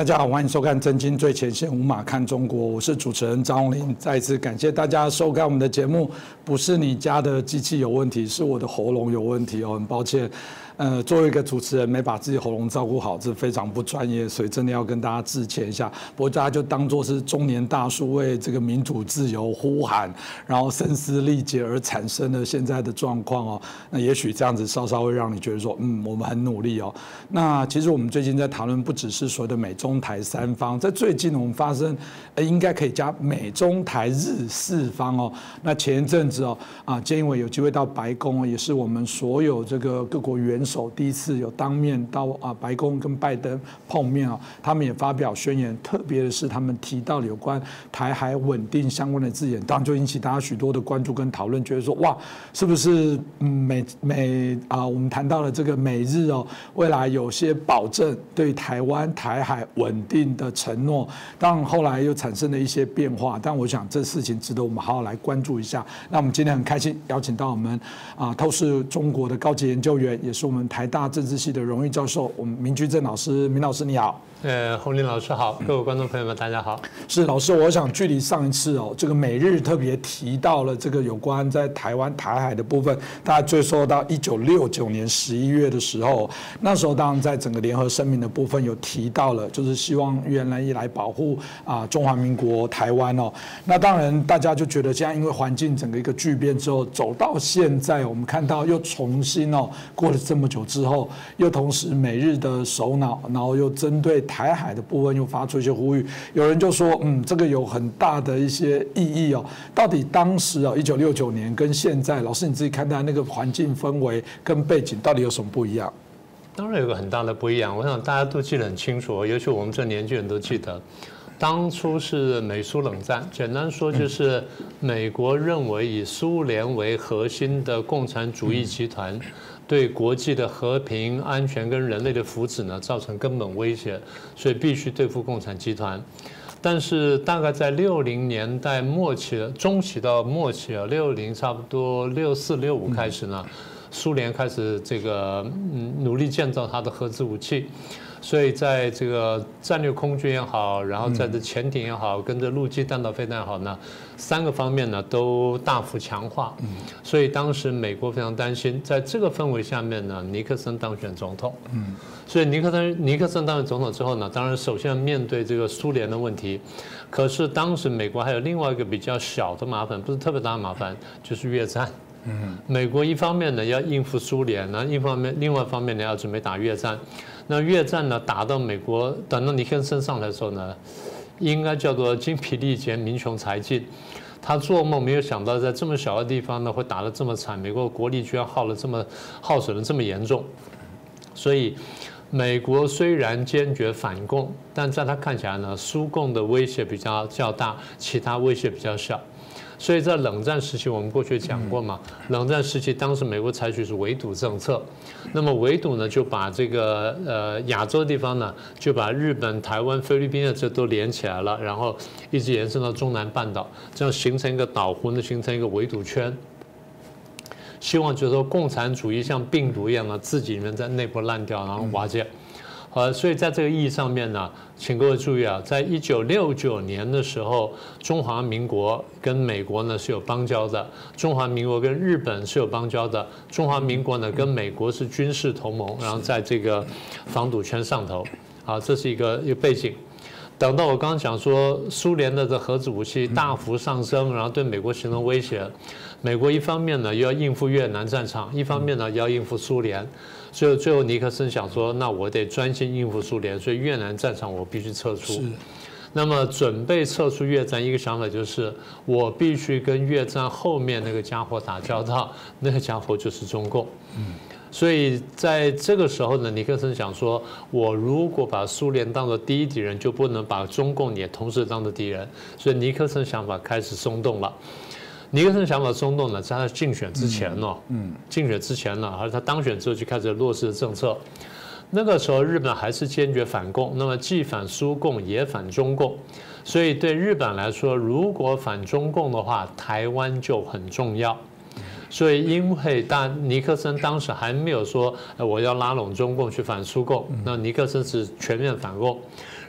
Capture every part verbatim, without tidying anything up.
大家好，欢迎收看《震惊最前线》，无马看中国，我是主持人张宏林。再一次感谢大家收看我们的节目。不是你家的机器有问题，是我的喉咙有问题哦，很抱歉。呃，作为一个主持人，没把自己喉咙照顾好，这非常不专业，所以真的要跟大家致歉一下。不过大家就当作是中年大叔为这个民主自由呼喊，然后声嘶力竭而产生的现在的状况哦。那也许这样子稍稍会让你觉得说，嗯，我们很努力哦。那其实我们最近在讨论，不只是所谓的美中台三方，在最近我们发生，呃，应该可以加美中台日四方哦。那前一阵子哦，啊，菅义伟有机会到白宫，也是我们所有这个各国元首第一次有当面到啊白宫跟拜登碰面啊，他们也发表宣言，特别的是他们提到了有关台海稳定相关的字眼，当然就引起大家许多的关注跟讨论，觉得说哇，是不是嗯美美啊我们谈到了这个美日哦，未来有些保证对台湾台海稳定的承诺，当然后来又产生了一些变化，但我想这事情值得我们好好来关注一下。那我们今天很开心邀请到我们啊透视中国的高级研究员，也是我们台大政治系的荣誉教授，我们明居正老师。明老师你好。 呃，洪林老师好，各位观众朋友们大家好。 是老师，我想距离上一次哦，这个美日特别提到了这个有关在台湾台海的部分，大家追溯到一九六九年十一月的时候，那时候当然在整个联合声明的部分有提到了，就是希望愿意来保护啊中华民国台湾哦。那当然大家就觉得现在因为环境整个一个巨变之后，走到现在，我们看到又重新哦过了这么久之后，又同时美日的首脑，然后又针对台海的部分又发出一些呼吁，有人就说，嗯，这个有很大的一些意义哦。到底当时啊，一九六九年跟现在，老师你自己看待那个环境氛围跟背景，到底有什么不一样？ 当然有个很大的不一样，我想大家都记得很清楚，尤其我们这年纪人都记得，当初是美苏冷战，简单说就是美国认为以苏联为核心的共产主义集团。对国际的和平、安全跟人类的福祉呢，造成根本威胁，所以必须对付共产集团。但是大概在六零年代末期、中期到末期啊，六零差不多六四六五开始呢，苏联开始这个嗯努力建造它的核子武器。所以在这个战略空军也好，然后在这潜艇也好，跟着陆基弹道飞弹也好呢，三个方面呢都大幅强化。所以当时美国非常担心，在这个氛围下面呢，尼克森当选总统。所以尼克森尼克森当选总统之后呢，当然首先面对这个苏联的问题，可是当时美国还有另外一个比较小的麻烦，不是特别大的麻烦，就是越战。美国一方面呢要应付苏联，呢一方面另外一方面呢要准备打越战。那越战呢打到美国，等到尼克森上来的时候呢，应该叫做精疲力竭、民穷财尽。他做梦没有想到，在这么小的地方呢会打得这么惨，美国国力居然耗了这么耗损的这么严重。所以，美国虽然坚决反共，但在他看起来呢，苏共的威胁比较较大，其他威胁比较小。所以在冷战时期，我们过去讲过嘛，冷战时期当时美国采取是围堵政策，那么围堵呢就把这个呃亚洲地方呢就把日本、台湾、菲律宾的这都连起来了，然后一直延伸到中南半岛，这样形成一个岛弧呢，形成一个围堵圈。希望就是说共产主义像病毒一样呢，自己里面在内部烂掉，然后瓦解。呃，所以在这个意义上面呢，请各位注意啊，在一九六九年的时候，中华民国跟美国呢是有邦交的，中华民国跟日本是有邦交的，中华民国呢跟美国是军事同盟，然后在这个防堵圈上头，啊，这是一个一个背景。等到我刚刚讲说，苏联的这核子武器大幅上升，然后对美国形成威胁，美国一方面呢又要应付越南战场，一方面呢要应付苏联。所以最后尼克森想说，那我得专心应付苏联，所以越南战场我必须撤出。那么准备撤出越战，一个想法就是我必须跟越战后面那个家伙打交道，那个家伙就是中共。所以在这个时候呢，尼克森想说，我如果把苏联当作第一敌人，就不能把中共也同时当作敌人。所以尼克森想法开始松动了。尼克森想法松动呢，在他竞选之前哦，嗯，竞选之前呢，而他当选之后就开始落实政策。那个时候日本还是坚决反共，那么既反苏共也反中共，所以对日本来说，如果反中共的话，台湾就很重要。所以因为大尼克森当时还没有说我要拉拢中共去反苏共，那尼克森是全面反共。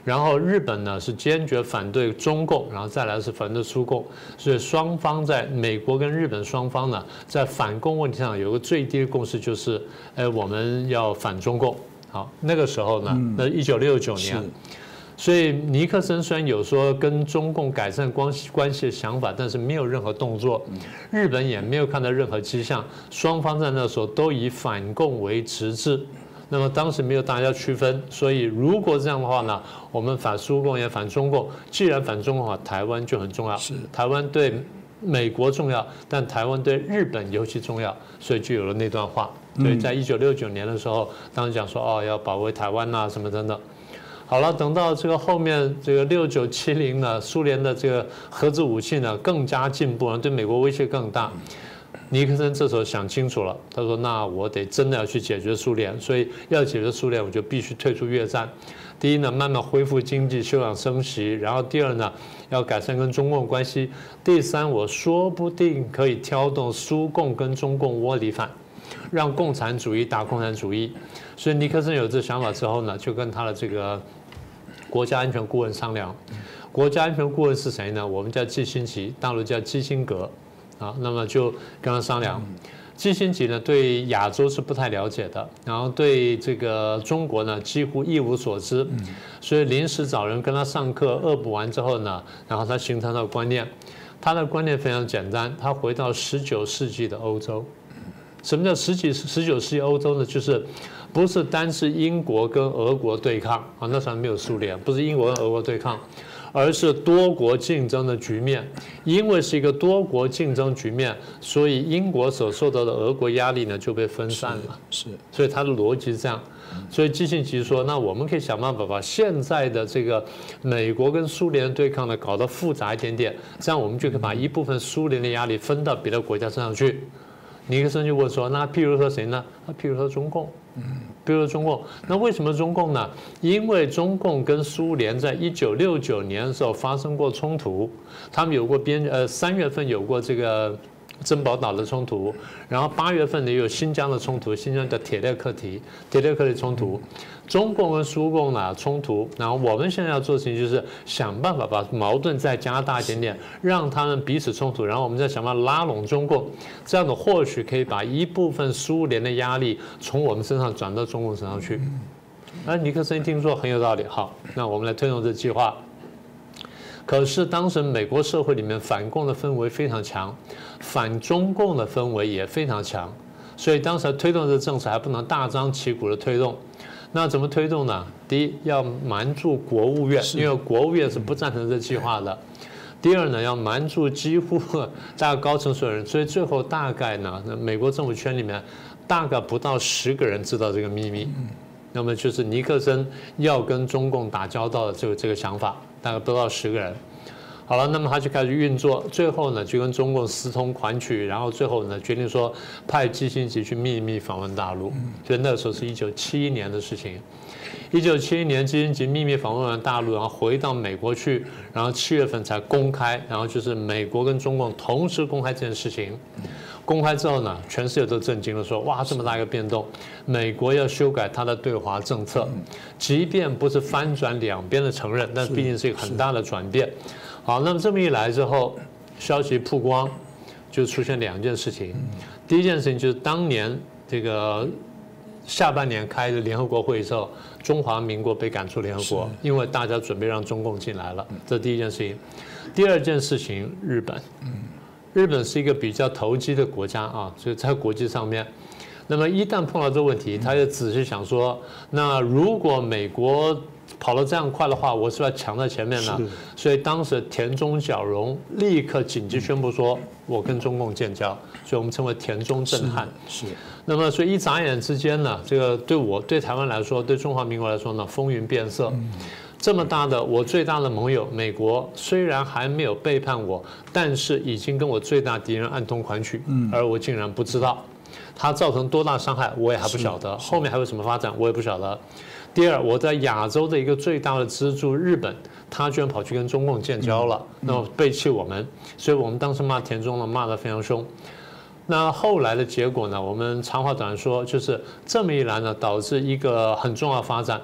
然后日本呢是坚决反对中共，然后再来是反对苏共，所以双方在美国跟日本双方呢，在反共问题上有个最低的共识，就是，哎，我们要反中共。好，那个时候呢，那一九六九年。所以尼克森虽然有说跟中共改善关系关系的想法，但是没有任何动作，日本也没有看到任何迹象，双方在那时候都以反共为直至。那么当时没有大家区分，所以如果这样的话呢，我们反苏共也反中共，既然反中共的话，台湾就很重要，台湾对美国重要，但台湾对日本尤其重要，所以就有了那段话。所以在一九六九年的时候，当时讲说哦要保卫台湾呐、啊、什么等等。好了，等到这个后面这个六九七零呢，苏联的这个核子武器呢更加进步，对美国威胁更大。尼克森这时候想清楚了，他说：“那我得真的要去解决苏联，所以要解决苏联，我就必须退出越战。第一呢，慢慢恢复经济，休养生息；然后第二呢，要改善跟中共关系；第三，我说不定可以挑动苏共跟中共窝里反，让共产主义打共产主义。所以尼克森有这想法之后呢，就跟他的这个国家安全顾问商量。国家安全顾问是谁呢？我们叫季辛吉，大陆叫基辛格。”啊，那么就跟他商量，基辛吉呢对亚洲是不太了解的，然后对这个中国呢几乎一无所知，所以临时找人跟他上课，恶补完之后呢，然后他形成了观念，他的观念非常简单，他回到十九世纪的欧洲。什么叫十几十九世纪欧洲呢？就是不是单是英国跟俄国对抗啊，那时候没有苏联，不是英国跟俄国对抗。而是多国竞争的局面，因为是一个多国竞争局面，所以英国所受到的俄国压力呢就被分散了。 是， 所以他的逻辑是这样。所以基辛吉说，那我们可以想办法把现在的这个美国跟苏联对抗呢搞得复杂一点点，这样我们就可以把一部分苏联的压力分到别的国家身上去。尼克森就问说，那譬如说谁呢？那譬如说中共。比如说中共，那为什么中共呢？因为中共跟苏联在一九六九年的时候发生过冲突，他们有过边呃三月份有过这个珍宝岛的冲突，然后八月份呢有新疆的冲突，新疆的铁列课题，铁列课题冲突，中共跟苏共呢冲突，然后我们现在要做的事情就是想办法把矛盾再加大一点点，让他们彼此冲突，然后我们再想办法拉拢中共，这样的或许可以把一部分苏联的压力从我们身上转到中共身上去。而尼克森一听说很有道理，好，那我们来推动这计划。可是当时美国社会里面反共的氛围非常强，反中共的氛围也非常强，所以当时推动这政策还不能大张旗鼓的推动。那怎么推动呢？第一，要瞒住国务院，因为国务院是不赞成这计划的。第二呢，要瞒住几乎大概高层所有人，所以最后大概呢，美国政府圈里面大概不到十个人知道这个秘密。那么就是尼克森要跟中共打交道的这个这个想法，大概不到十个人。好了，那么他就开始运作，最后呢就跟中共私通款曲，然后最后呢决定说派基辛格去秘密访问大陆。所以那个时候是一九七一年的事情。一九七一年，基辛格秘密访问完大陆，然后回到美国去，然后七月份才公开，然后就是美国跟中共同时公开这件事情。公开之后呢，全世界都震惊了，说哇，这么大一个变动，美国要修改它的对华政策，即便不是翻转两边的承认，但毕竟是一个很大的转变。好，那么这么一来之后，消息曝光，就出现两件事情。第一件事情就是当年这个下半年开的联合国会议之后，中华民国被赶出联合国，因为大家准备让中共进来了，这第一件事情。第二件事情，日本。日本是一个比较投机的国家啊，所以在国际上面，那么一旦碰到这个问题，他就仔细想说，那如果美国跑得这样快的话，我是不是要抢在前面呢？所以当时田中角荣立刻紧急宣布说，我跟中共建交，所以我们称为田中震撼。 是。 那么所以一眨眼之间呢，这个对我对台湾来说，对中华民国来说呢，风云变色。这么大的我最大的盟友美国，虽然还没有背叛我，但是已经跟我最大敌人暗通款曲，而我竟然不知道，它造成多大伤害我也还不晓得，后面还有什么发展我也不晓得。第二，我在亚洲的一个最大的支柱日本，他居然跑去跟中共建交了，那么背弃我们，所以我们当时骂田中呢骂得非常凶。那后来的结果呢，我们长话短说，就是这么一来呢，导致一个很重要的发展。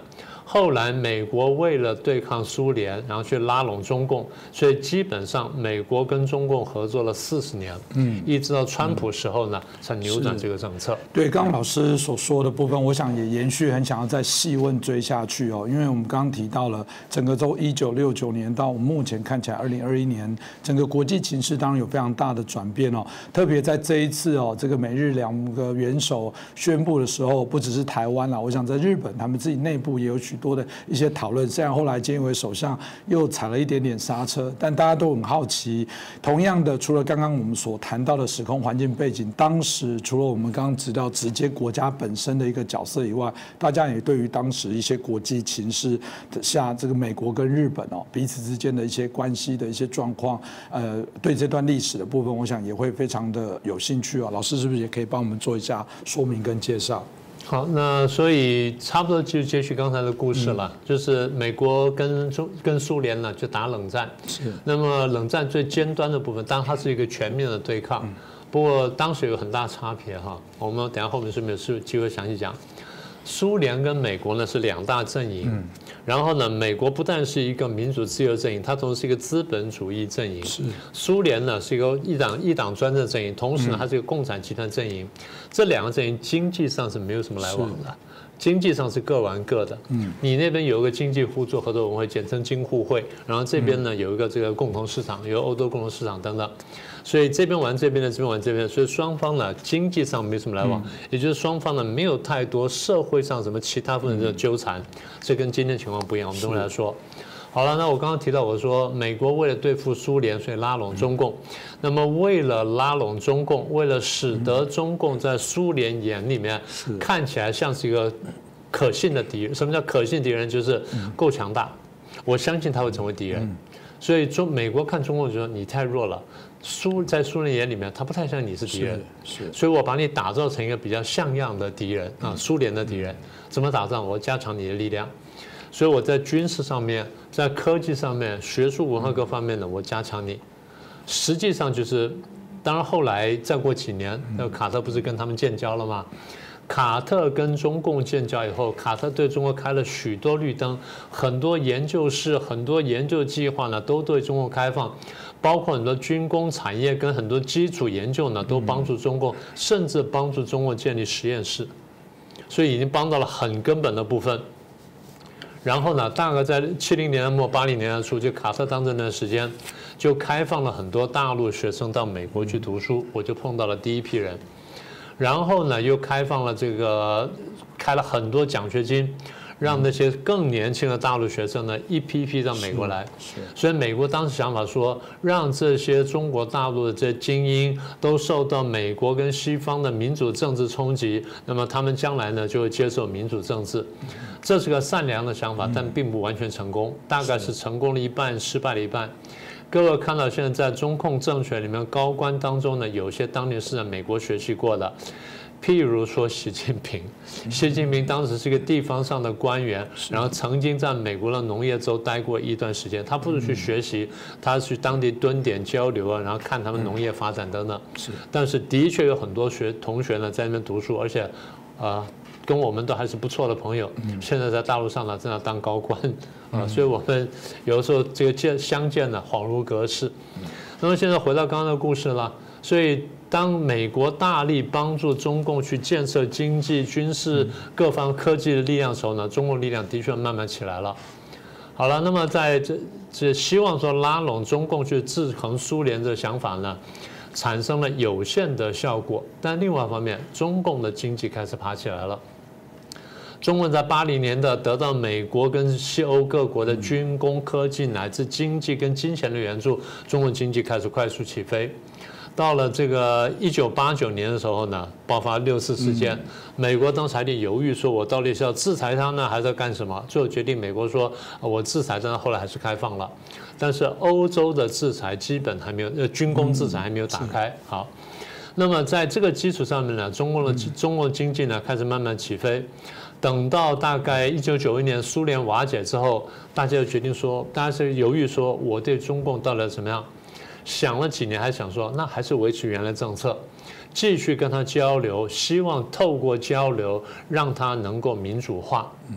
后来美国为了对抗苏联，然后去拉拢中共，所以基本上美国跟中共合作了四十年，嗯，一直到川普时候呢，才扭转这个政策。 对，刚刚老师所说的部分，我想也延续，很想要再细问追下去哦，因为我们刚刚提到了整个从一九六九年到目前看起来二零二一年，整个国际情势当然有非常大的转变哦，特别在这一次哦，这个美日两个元首宣布的时候，不只是台湾啦，我想在日本他们自己内部也有许多的一些讨论。虽然后来菅义伟首相又踩了一点点刹车，但大家都很好奇。同样的，除了刚刚我们所谈到的时空环境背景，当时除了我们刚刚知道直接国家本身的一个角色以外，大家也对于当时一些国际情势下这个美国跟日本哦彼此之间的一些关系的一些状况，呃，对这段历史的部分，我想也会非常的有兴趣哦。老师是不是也可以帮我们做一下说明跟介绍？ 好，那所以差不多就接续刚才的故事了，嗯、就是美国跟中跟苏联呢就打冷战， 是。 那么冷战最尖端的部分，当然它是一个全面的对抗，嗯、不过当时有很大差别哈。我们等一下后面是没有机会详细讲。苏联跟美国呢是两大阵营，嗯、然后呢，美国不但是一个民主自由阵营，它同时是一个资本主义阵营。 是。 苏联呢是一个一党一党专政阵营，同时呢它是一个共产集团阵营。这两个阵营经济上是没有什么来往的，经济上是各玩各的。嗯，你那边有一个经济互助合作委员会，简称经互会，然后这边呢有一个这个共同市场，有欧洲共同市场等等。所以这边玩这边的，这边玩这边的，所以双方呢经济上没什么来往，也就是双方呢没有太多社会上什么其他部分的纠缠，这跟今天情况不一样。我们等会来说。好了，那我刚刚提到，我说美国为了对付苏联，所以拉拢中共。那么为了拉拢中共，为了使得中共在苏联眼里面看起来像是一个可信的敌人。什么叫可信敌人？就是够强大，我相信他会成为敌人。所以中美国看中共就说你太弱了。苏在苏联眼里面，他不太像你是敌人， 是， 所以我把你打造成一个比较像样的敌人啊，苏联的敌人。怎么打造？我加强你的力量，所以我在军事上面，在科技上面、学术文化各方面呢，我加强你。实际上就是，当然后来再过几年，那卡特不是跟他们建交了吗？卡特跟中共建交以后，卡特对中国开了许多绿灯，很多研究室、很多研究计划呢都对中国开放，包括很多军工产业跟很多基础研究呢都帮助中共，甚至帮助中国建立实验室，所以已经帮到了很根本的部分。然后呢，大概在七零年代末、八零年代初，就卡特当政那段时间，就开放了很多大陆学生到美国去读书，我就碰到了第一批人。然后呢，又开放了这个，开了很多奖学金，让那些更年轻的大陆学生呢一批批到美国来。所以美国当时想法说，让这些中国大陆的这些精英都受到美国跟西方的民主政治冲击，那么他们将来呢就会接受民主政治。这是个善良的想法，但并不完全成功，大概是成功了一半，失败了一半。各位看到现在在中共政权里面高官当中呢，有些当年是在美国学习过的，譬如说习近平。习近平当时是一个地方上的官员，然后曾经在美国的农业州待过一段时间。他不是去学习，他是去当地蹲点交流啊，然后看他们农业发展等等。是，但是的确有很多学同学呢在那边读书，而且，啊、呃。跟我们都还是不错的朋友，现在在大陆上呢正在当高官啊，所以我们有的时候这个见相见呢恍如隔世。那么现在回到刚刚的故事了，所以当美国大力帮助中共去建设经济、军事各方科技的力量的时候呢，中共力量的确慢慢起来了。好了，那么在这这希望说拉拢中共去制衡苏联的想法呢，产生了有限的效果。但另外一方面，中共的经济开始爬起来了。中共在八零年代得到美国跟西欧各国的军工、科技乃至经济跟金钱的援助，中国经济开始快速起飞。到了这个一九八九年的时候呢，爆发六四事件，美国当时还得犹豫，说我到底是要制裁他呢，还是要干什么？最后决定，美国说我制裁，但是后来还是开放了。但是欧洲的制裁基本还没有，呃，军工制裁还没有打开。好，那么在这个基础上面呢，中共的中国经济呢开始慢慢起飞。等到大概一九九一年苏联瓦解之后，大家就决定说，大家是犹豫说，我对中共到底怎么样？想了几年，还想说，那还是维持原来政策，继续跟他交流，希望透过交流让他能够民主化。嗯，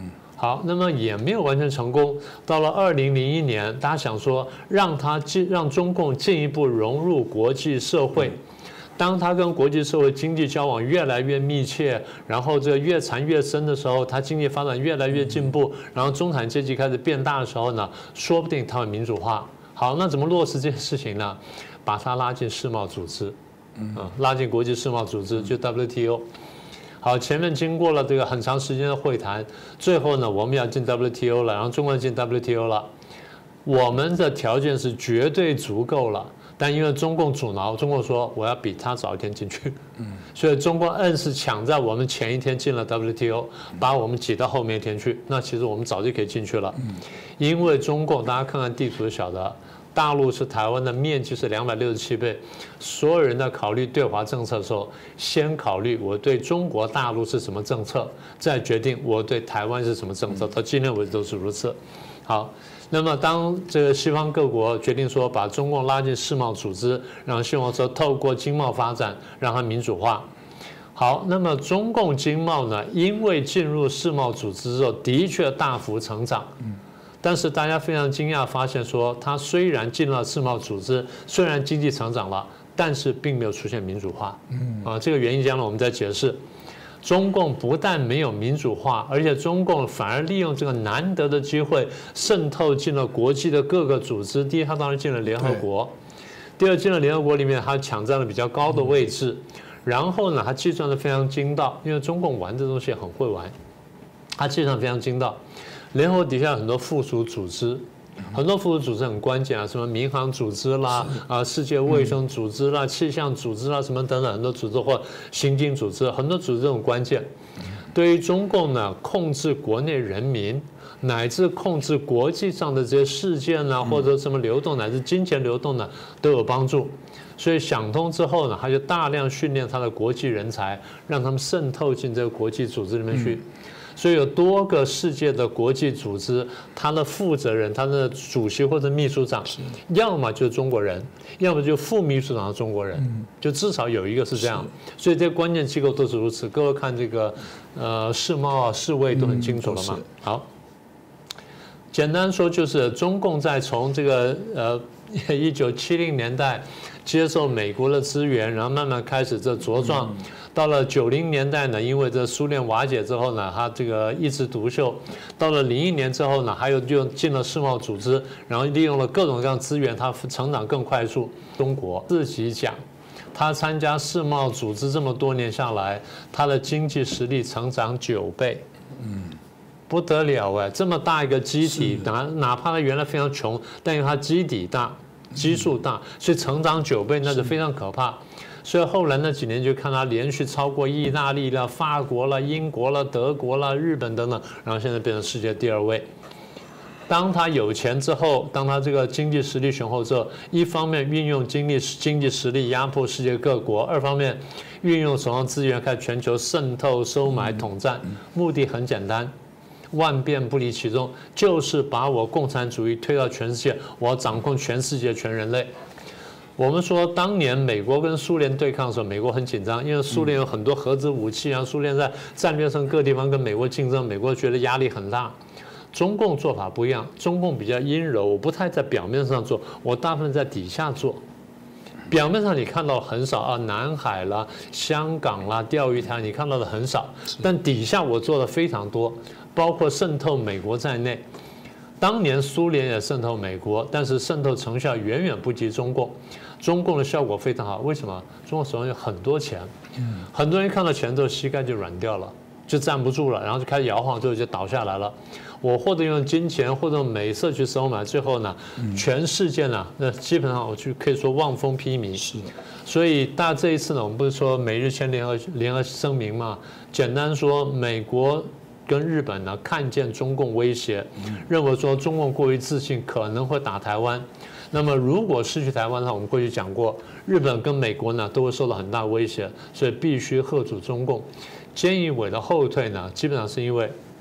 好，那么也没有完全成功。到了二零零一年，大家想说让他进让中共进一步融入国际社会。当他跟国际社会经济交往越来越密切，然后这个越缠越深的时候，他经济发展越来越进步，然后中产阶级开始变大的时候呢，说不定他会民主化。好，那怎么落实这件事情呢？把他拉进世贸组织，嗯，拉进国际世贸组织，就 W T O。好，前面经过了这个很长时间的会谈，最后呢，我们要进 W T O 了，然后中国进 W T O 了，我们的条件是绝对足够了。但因为中共阻挠，中共说我要比他早一天进去，所以中共硬是抢在我们前一天进了 W T O， 把我们挤到后面一天去。那其实我们早就可以进去了，因为中共大家看看地图就晓得，大陆是台湾的面积是两百六十七倍，所有人在考虑对华政策的时候，先考虑我对中国大陆是什么政策，再决定我对台湾是什么政策。到今天为止都是如此。好。那么，当这个西方各国决定说把中共拉进世贸组织，然后希望说透过经贸发展让它民主化。好，那么中共经贸呢，因为进入世贸组织之后，的确大幅成长。但是大家非常惊讶，发现说它虽然进了世贸组织，虽然经济成长了，但是并没有出现民主化。啊，这个原因将来我们再解释。中共不但没有民主化，而且中共反而利用这个难得的机会渗透进了国际的各个组织。第一，他当然进了联合国；第二，进了联合国里面，他抢占了比较高的位置。然后呢，他计算的非常精到，因为中共玩这东西很会玩，他计算非常精到。联合国底下有很多附属组织。很多附属组织很关键啊，什么民航组织啦，啊世界卫生组织啦、气象组织啦，什么等等很多组织或刑警组织，很多组织很关键。对于中共呢，控制国内人民，乃至控制国际上的这些事件呢，或者什么流动乃至金钱流动呢，都有帮助。所以想通之后呢，他就大量训练他的国际人才，让他们渗透进这个国际组织里面去。所以有多个世界的国际组织，它的负责人、它的主席或者秘书长，要么就是中国人，要么就副秘书长是中国人，就至少有一个是这样。所以这些关键机构都是如此。各位看这个，呃，世贸啊、世卫都很清楚了嘛。好，简单说就是中共在从这个呃一九七零年代接受美国的资源，然后慢慢开始这茁壮。到了九零年代呢，因为这苏联瓦解之后呢，他这个一枝独秀。到了零一年之后呢，还有就进了世贸组织，然后利用了各种各样资源，它成长更快速。中国自己讲，他参加世贸组织这么多年下来，他的经济实力成长九倍，嗯，不得了哎！这么大一个基体，哪哪怕他原来非常穷，但因为他基底大、基数大，所以成长九倍那是非常可怕。所以后来那几年就看他连续超过意大利了、法国了、英国了、德国了、日本等等，然后现在变成世界第二位。当他有钱之后，当他这个经济实力雄厚之后，一方面运用经济经济实力压迫世界各国，二方面运用手上资源开始全球渗透、收买、统战，目的很简单，万变不离其宗，就是把我共产主义推到全世界，我要掌控全世界、全人类。我们说，当年美国跟苏联对抗的时候，美国很紧张，因为苏联有很多核子武器啊，苏联在战略上各地方跟美国竞争，美国觉得压力很大。中共做法不一样，中共比较阴柔，我不太在表面上做，我大部分在底下做。表面上你看到很少啊，南海啦、香港啦、钓鱼台，你看到的很少，但底下我做的非常多，包括渗透美国在内。当年苏联也渗透美国，但是渗透成效远远不及中共。中共的效果非常好，为什么？中国手上有很多钱，很多人看到钱之后膝盖就软掉了，就站不住了，然后就开始摇晃，最后就倒下来了。我或者用金钱，或者用美色去收买，最后呢，全世界呢，那基本上我就可以说望风披靡。是，所以大这一次呢，我们不是说美日签联合联合声明嘛？简单说，美国跟日本呢看见中共威胁，认为说中共过于自信，可能会打台湾。那么如果失去台湾的话，我们过去讲过，日本跟美国呢都会受到很大威胁，所以必须嚇阻中共。菅义伟的后退呢，基本上是因为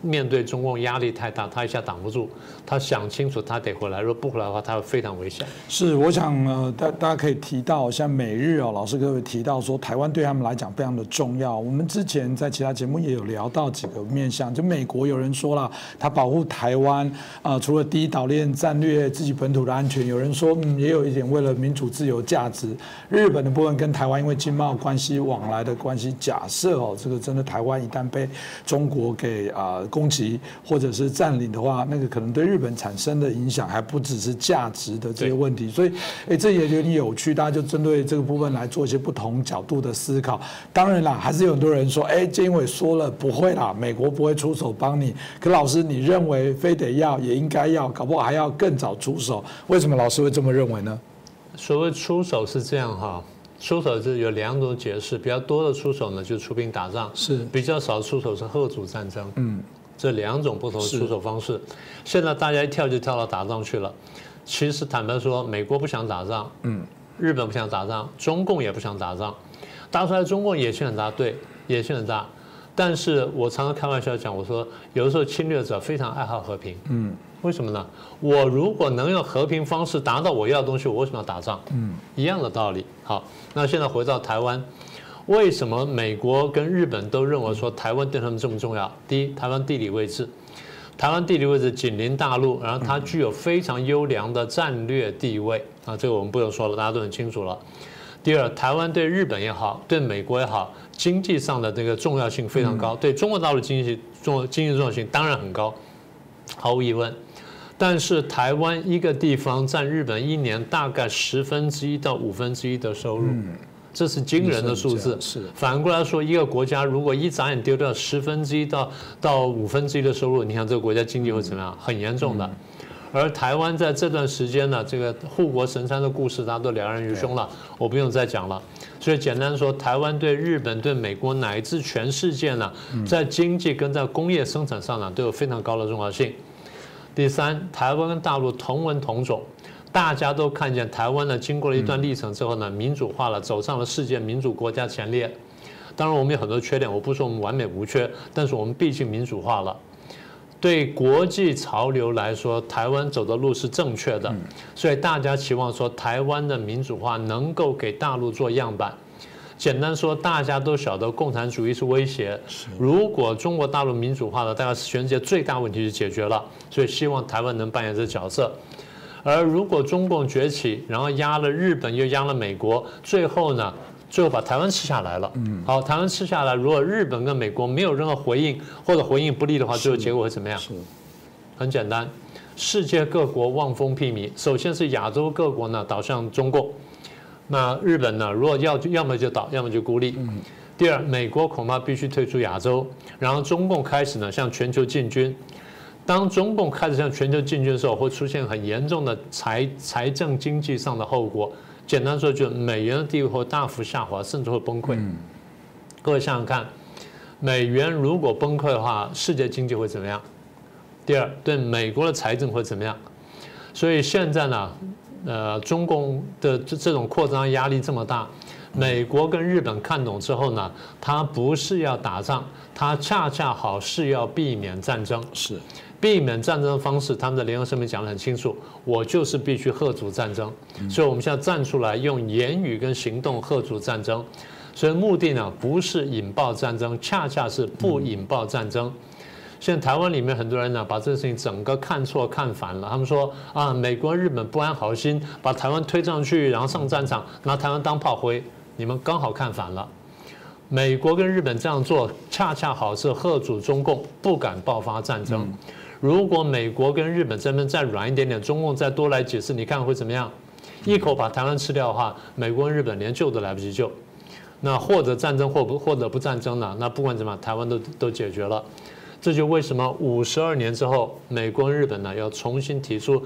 面对中共压力太大，他一下挡不住，他想清楚他得回来，如果不回来的话，他会非常危险。 是，我想呃，大大家可以提到像美日哦，老师各位提到说台湾对他们来讲非常的重要。我们之前在其他节目也有聊到几个面向，就美国有人说了，他保护台湾啊、呃，除了第一岛链战略、自己本土的安全，有人说嗯，也有一点为了民主自由价值。日本的部分跟台湾因为经贸关系往来的关系，假设哦，这个真的台湾一旦被中国给啊、呃、攻击或者是占领的话，那个可能对日本产生的影响还不只是价值的这些问题。所以，哎，这也有点有趣，大家就针对这个部分来做一些不同角度的思考。当然啦，还是有很多人说，哎，菅义伟说了不会啦，美国不会出手帮你。可老师，你认为非得要，也应该要，搞不好还要更早出手？为什么老师会这么认为呢？ 所谓出手是这样哈，出手是有两种解释，比较多的出手呢就是出兵打仗， 是比较少出手是吓阻战争， 嗯， 这两种不同的出手方式。现在大家一跳就跳到打仗去了。其实坦白说，美国不想打仗，嗯，日本不想打仗，中共也不想打仗。打出来，中共野心很大，对，野心很大。但是我常常开玩笑讲，我说有的时候侵略者非常爱好和平，嗯，为什么呢？我如果能用和平方式达到我要的东西，我为什么要打仗？嗯，一样的道理。好，那现在回到台湾，为什么美国跟日本都认为说台湾对他们这么重要？第一，台湾地理位置，台湾地理位置紧邻大陆，然后它具有非常优良的战略地位啊，这个我们不用说了，大家都很清楚了。第二，台湾对日本也好，对美国也好，经济上的这个重要性非常高，对中国大陆经济重经济重要性当然很高，毫无疑问。但是台湾一个地方占日本一年大概十分之一到五分之一的收入，这是惊人的数字。反过来说，一个国家如果一眨眼丢掉十分之一到到五分之一的收入，你看这个国家经济会怎么样？很严重的。而台湾在这段时间呢，这个护国神山的故事大家都了然于胸了，我不用再讲了。所以简单说，台湾对日本、对美国乃至全世界呢，在经济跟在工业生产上呢，都有非常高的重要性。第三，台湾跟大陆同文同种，大家都看见台湾呢，经过了一段历程之后呢，民主化了，走上了世界民主国家前列。当然，我们有很多缺点，我不说我们完美无缺，但是我们毕竟民主化了。对国际潮流来说，台湾走的路是正确的，所以大家期望说台湾的民主化能够给大陆做样板。简单说，大家都晓得共产主义是威胁，如果中国大陆民主化了，大概是全世界最大问题就解决了，所以希望台湾能扮演这角色。而如果中共崛起，然后压了日本又压了美国，最后呢？最后把台湾吃下来了。好，台湾吃下来，如果日本跟美国没有任何回应，或者回应不利的话，最后结果会怎么样？很简单，世界各国望风披靡。首先是亚洲各国呢倒向中共，那日本呢，如果要要么就倒，要么就孤立。第二，美国恐怕必须退出亚洲，然后中共开始呢向全球进军。当中共开始向全球进军的时候，会出现很严重的财财政经济上的后果。简单说，就美元的地位会大幅下滑，甚至会崩溃。各位想想看，美元如果崩溃的话，世界经济会怎么样？第二，对美国的财政会怎么样？所以现在呢，呃，中共的这种扩张压力这么大，美国跟日本看懂之后呢，它不是要打仗，它恰恰好是要避免战争。是。避免战争的方式，他们的联合声明讲得很清楚，我就是必须吓阻战争，所以我们现在站出来用言语跟行动吓阻战争，所以目的呢不是引爆战争，恰恰是不引爆战争。现在台湾里面很多人呢把这个事情整个看错看反了，他们说啊，美国日本不安好心把台湾推上去，然后上战场拿台湾当炮灰，你们刚好看反了。美国跟日本这样做，恰恰好是吓阻中共不敢爆发战争。如果美国跟日本这边再软一点点，中共再多来几次，你看会怎么样？一口把台湾吃掉的话，美国跟日本连救都来不及救。那或者战争，或不或者不战争了，那不管怎么样，台湾都都解决了。这就为什么五十二年之后，美国跟日本呢要重新提出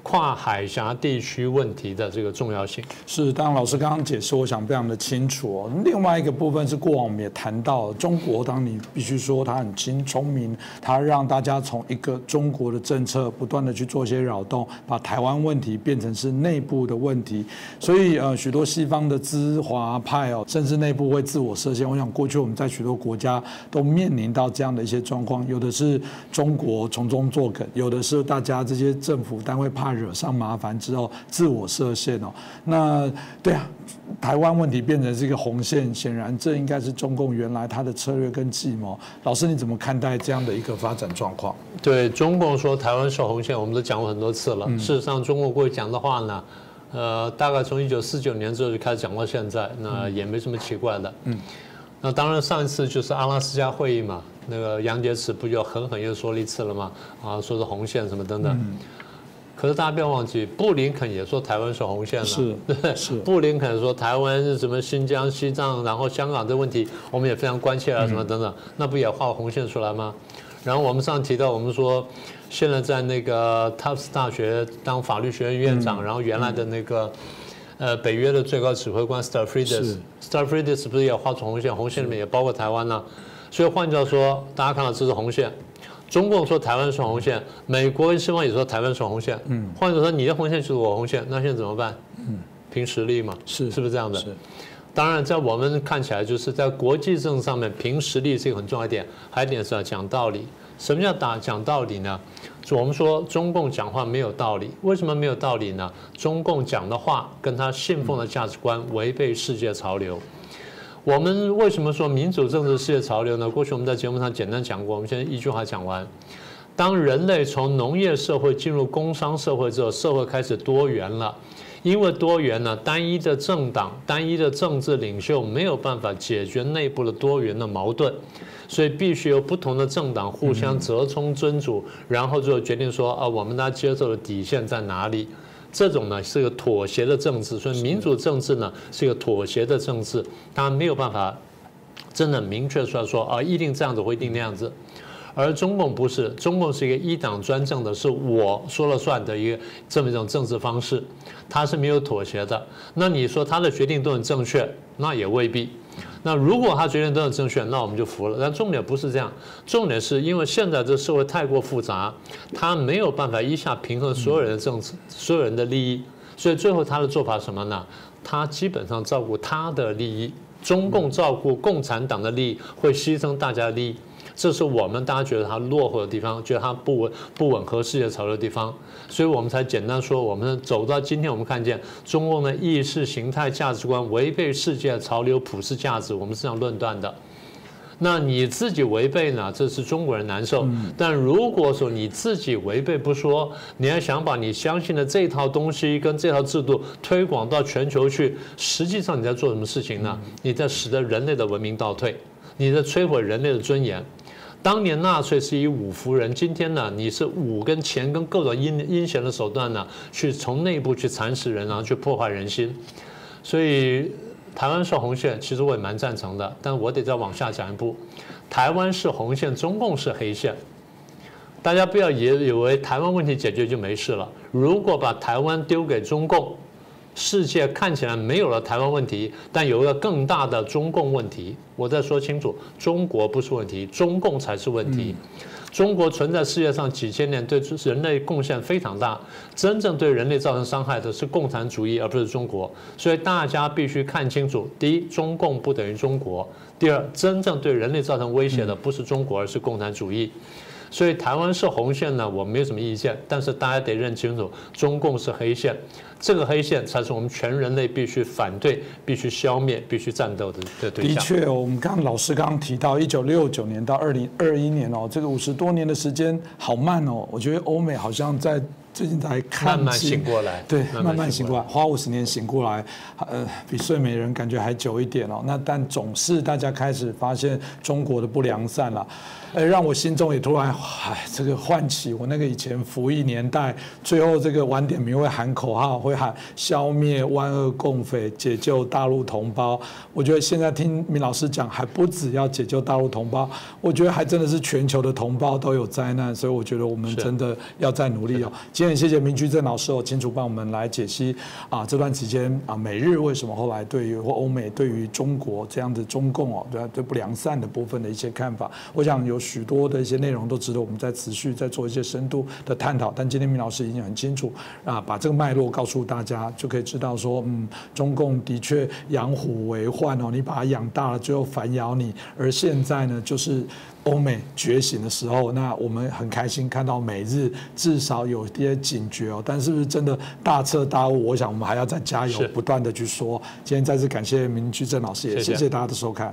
跨海峡地区问题的这个重要性。 是，当然老师刚刚解释，我想非常的清楚哦。另外一个部分是过往我们也谈到，中国当你必须说他很精聪明，他让大家从一个中国的政策不断的去做一些扰动，把台湾问题变成是内部的问题。所以呃，许多西方的资华派哦，甚至内部会自我设限。我想过去我们在许多国家都面临到这样的一些状况，有的是中国从中作梗，有的是大家这些政府单位怕惹上麻烦之后自我设限哦。那对啊，台湾问题变成是一个红线，显然这应该是中共原来他的策略跟计谋。老师你怎么看待这样的一个发展状况？ 对，中共说台湾是红线，我们都讲过很多次了。事实上，中共过去讲的话呢，呃，大概从一九四九年之后就开始讲到现在，那也没什么奇怪的。嗯，那当然上一次就是阿拉斯加会议嘛，那个杨洁篪不就狠狠又说了一次了吗？啊，说是红线什么等等。嗯，可是大家不要忘记，布林肯也说台湾是红线了， 是， 对，是。布林肯说台湾是什么新疆、西藏，然后香港这问题，我们也非常关切啊，什么等等，那不也画红线出来吗？然后我们上提到，我们说现在在那个 Tufts 大学当法律学院院长，然后原来的那个呃北约的最高指挥官 Stavridis，Stavridis 不是也画出红线？红线里面也包括台湾呢。所以换句话说，大家看到这是红线。中共说台湾是红线，美国跟西方也说台湾是红线。嗯，换句话说，你的红线就是我红线，那现在怎么办？嗯，凭实力嘛，是是不是这样的？是。当然，在我们看起来，就是在国际政治上面，凭实力是一个很重要一点。还有一点是要讲道理。什么叫打讲道理呢？就我们说中共讲话没有道理，为什么没有道理呢？中共讲的话跟他信奉的价值观违背世界潮流。我们为什么说民主政治世界潮流呢？过去我们在节目上简单讲过，我们现在一句话讲完。当人类从农业社会进入工商社会之后，社会开始多元了。因为多元呢，单一的政党、单一的政治领袖没有办法解决内部的多元的矛盾，所以必须由不同的政党互相折冲斟酌，然后最后决定说啊，我们大家接受的底线在哪里？这种呢是一个妥协的政治，所以民主政治呢是一个妥协的政治，它没有办法真的明确出来说啊，一定这样子或一定那样子。而中共不是，中共是一个一党专政的，是我说了算的一个这么一种政治方式，它是没有妥协的。那你说他的决定都很正确，那也未必。那如果他决定都很正确，那我们就服了。但重点不是这样，重点是因为现在这社会太过复杂，他没有办法一下平衡所有人的政治、所有人的利益，所以最后他的做法是什么呢？他基本上照顾他的利益，中共照顾共产党的利益，会牺牲大家的利益。这是我们大家觉得它落后的地方，觉得它不吻不吻合世界潮流的地方，所以我们才简单说，我们走到今天，我们看见中共的意识形态价值观违背世界潮流普世价值，我们是这样论断的。那你自己违背呢？这是中国人难受。但如果说你自己违背不说，你还想把你相信的这套东西跟这套制度推广到全球去，实际上你在做什么事情呢？你在使得人类的文明倒退，你在摧毁人类的尊严。当年纳粹是以武服人，今天呢，你是武跟钱跟各种阴阴险的手段呢，去从内部去蚕食人，然后去破坏人心。所以台湾是红线，其实我也蛮赞成的，但我得再往下讲一步。台湾是红线，中共是黑线。大家不要以为台湾问题解决就没事了。如果把台湾丢给中共，世界看起来没有了台湾问题，但有一个更大的中共问题。我再说清楚，中国不是问题，中共才是问题。中国存在世界上几千年，对人类贡献非常大，真正对人类造成伤害的是共产主义，而不是中国。所以大家必须看清楚：第一，中共不等于中国；第二，真正对人类造成威胁的不是中国，而是共产主义。所以台湾是红线呢，我没有什么意见，但是大家得认清楚，中共是黑线，这个黑线才是我们全人类必须反对、必须消灭、必须战斗的的对象。 的确，我们刚刚老师刚刚提到，一九六九年到二零二一年哦，这个五十多年的时间好慢哦，我觉得欧美好像在最近才看慢慢醒过来， 对，慢慢醒过来，花五十年醒过来，呃，比睡美人感觉还久一点哦。那但总是大家开始发现中国的不良善了。呃，让我心中也突然，哎，这个唤起我那个以前服役年代，最后这个晚点名会喊口号，会喊消灭万恶共匪，解救大陆同胞。我觉得现在听明老师讲，还不止要解救大陆同胞，我觉得还真的是全球的同胞都有灾难，所以我觉得我们真的要再努力哦。今天天也谢谢明居正老师哦，清楚帮我们来解析啊这段期间啊美日为什么后来对于或欧美对于中国这样的中共哦对对不良善的部分的一些看法，我想有许多的一些内容都值得我们再持续再做一些深度的探讨。但今天明老师已经很清楚啊，把这个脉络告诉大家，就可以知道说，嗯，中共的确养虎为患哦，你把它养大了，最后反咬你。而现在呢，就是欧美觉醒的时候，那我们很开心看到美日至少有一些警觉哦，但是不是真的大彻大悟？我想我们还要再加油，不断的去说。今天再次感谢明居正老师，也谢谢大家的收看。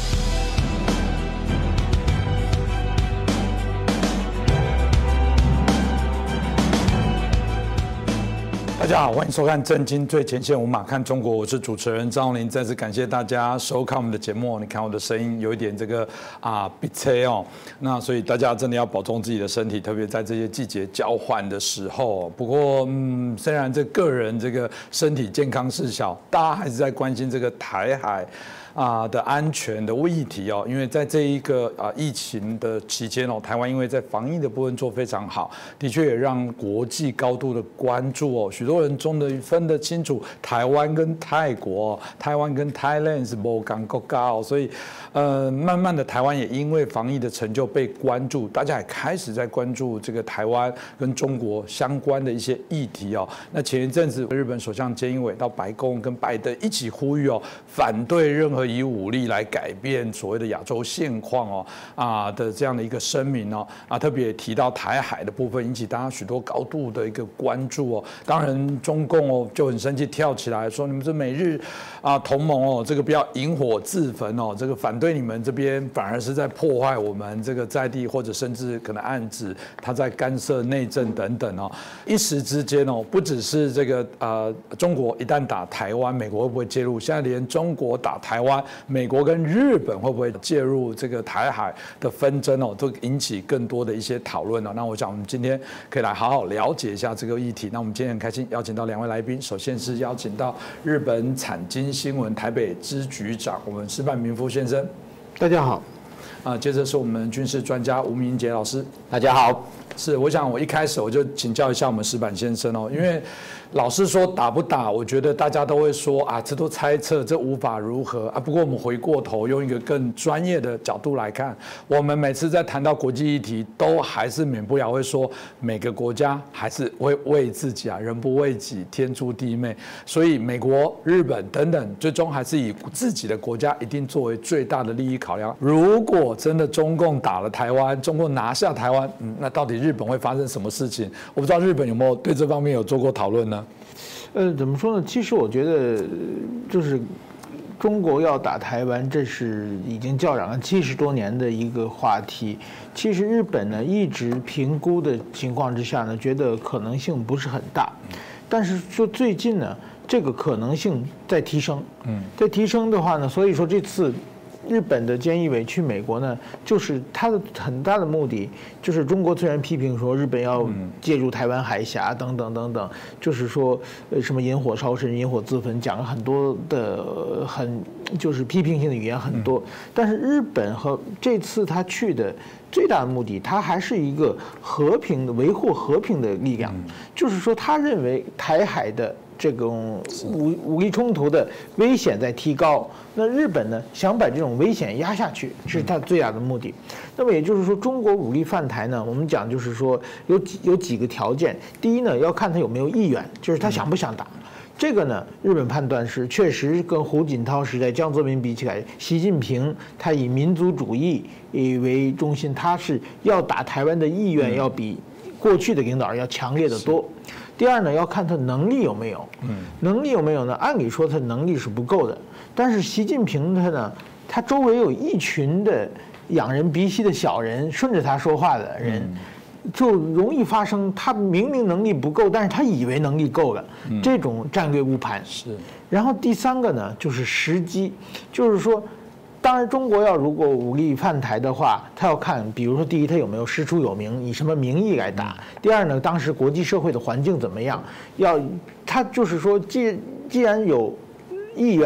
大家好，欢迎收看《震惊最前线》，无马看中国，我是主持人张宏林。再次感谢大家收看我们的节目。你看我的声音有一点这个啊鼻塞哦，那所以大家真的要保重自己的身体，特别在这些季节交换的时候。不过，嗯，虽然这个人这个身体健康事小，大家还是在关心这个台海啊的安全的议题哦，因为在这一个啊疫情的期间哦，台湾因为在防疫的部分做非常好，的确也让国际高度的关注哦。许多人中的分得清楚台湾跟泰国，台湾跟 Thailand 是不同国家哦，所以呃，慢慢的台湾也因为防疫的成就被关注，大家也开始在关注这个台湾跟中国相关的一些议题哦。那前一阵子日本首相菅义伟到白宫跟拜登一起呼吁哦，反对任何以武力来改变所谓的亚洲现况哦啊的这样的一个声明哦啊，特别提到台海的部分，引起大家许多高度的一个关注哦。当然，中共哦就很生气，跳起来说：“你们这美日啊同盟哦，这个不要引火自焚哦，这个反对你们这边反而是在破坏我们这个在地，或者甚至可能暗指他在干涉内政等等哦。一时之间哦，不只是这个呃中国一旦打台湾，美国会不会介入？现在连中国打台湾，美国跟日本会不会介入这个台海的纷争哦，都引起更多的一些讨论哦。那我想我们今天可以来好好了解一下这个议题。那我们今天很开心邀请到两位来宾，首先是邀请到日本产经新闻台北支局长我们石坂明夫先生， 大家好。 啊，接着是我们军事专家吴明杰老师， 大家好。 是，我想我一开始我就请教一下我们石坂先生哦，因为老实说打不打，我觉得大家都会说啊，这都猜测，这无法如何啊。不过我们回过头用一个更专业的角度来看，我们每次在谈到国际议题，都还是免不了会说每个国家还是会为自己啊，人不为己，天诛地灭。所以美国、日本等等，最终还是以自己的国家一定作为最大的利益考量。如果真的中共打了台湾，中共拿下台湾，嗯，那到底日本会发生什么事情？我不知道日本有没有对这方面有做过讨论呢？ 呃，怎么说呢？其实我觉得，就是中国要打台湾，这是已经叫嚷了七十多年的一个话题。其实日本呢，一直评估的情况之下呢，觉得可能性不是很大。但是说最近呢，这个可能性在提升。嗯，在提升的话呢，所以说这次日本的菅义伟去美国呢，就是他的很大的目的，就是中国虽然批评说日本要介入台湾海峡等等等等，就是说呃什么引火烧身、引火自焚，讲了很多的很就是批评性的语言很多。但是日本和这次他去的最大的目的，他还是一个和平的维护和平的力量，就是说他认为台海的这种武武力冲突的危险在提高，那日本呢想把这种危险压下去，是他最大的目的。那么也就是说，中国武力犯台呢，我们讲就是说有几有几个条件。第一呢，要看他有没有意愿，就是他想不想打。这个呢，日本判断是确实跟胡锦涛时代、江泽民比起来，习近平他以民族主义为中心，他是要打台湾的意愿要比过去的领导人要强烈的多。第二呢，要看他能力有没有。嗯，能力有没有呢？按理说他能力是不够的，但是习近平他呢，他周围有一群的仰人鼻息的小人，顺着他说话的人，就容易发生他明明能力不够，但是他以为能力够了，这种战略误判。是。然后第三个呢，就是时机，就是说。当然，中国要如果武力犯台的话，他要看，比如说，第一，他有没有师出有名，以什么名义来打；第二呢，当时国际社会的环境怎么样？要他就是说，既既然有意愿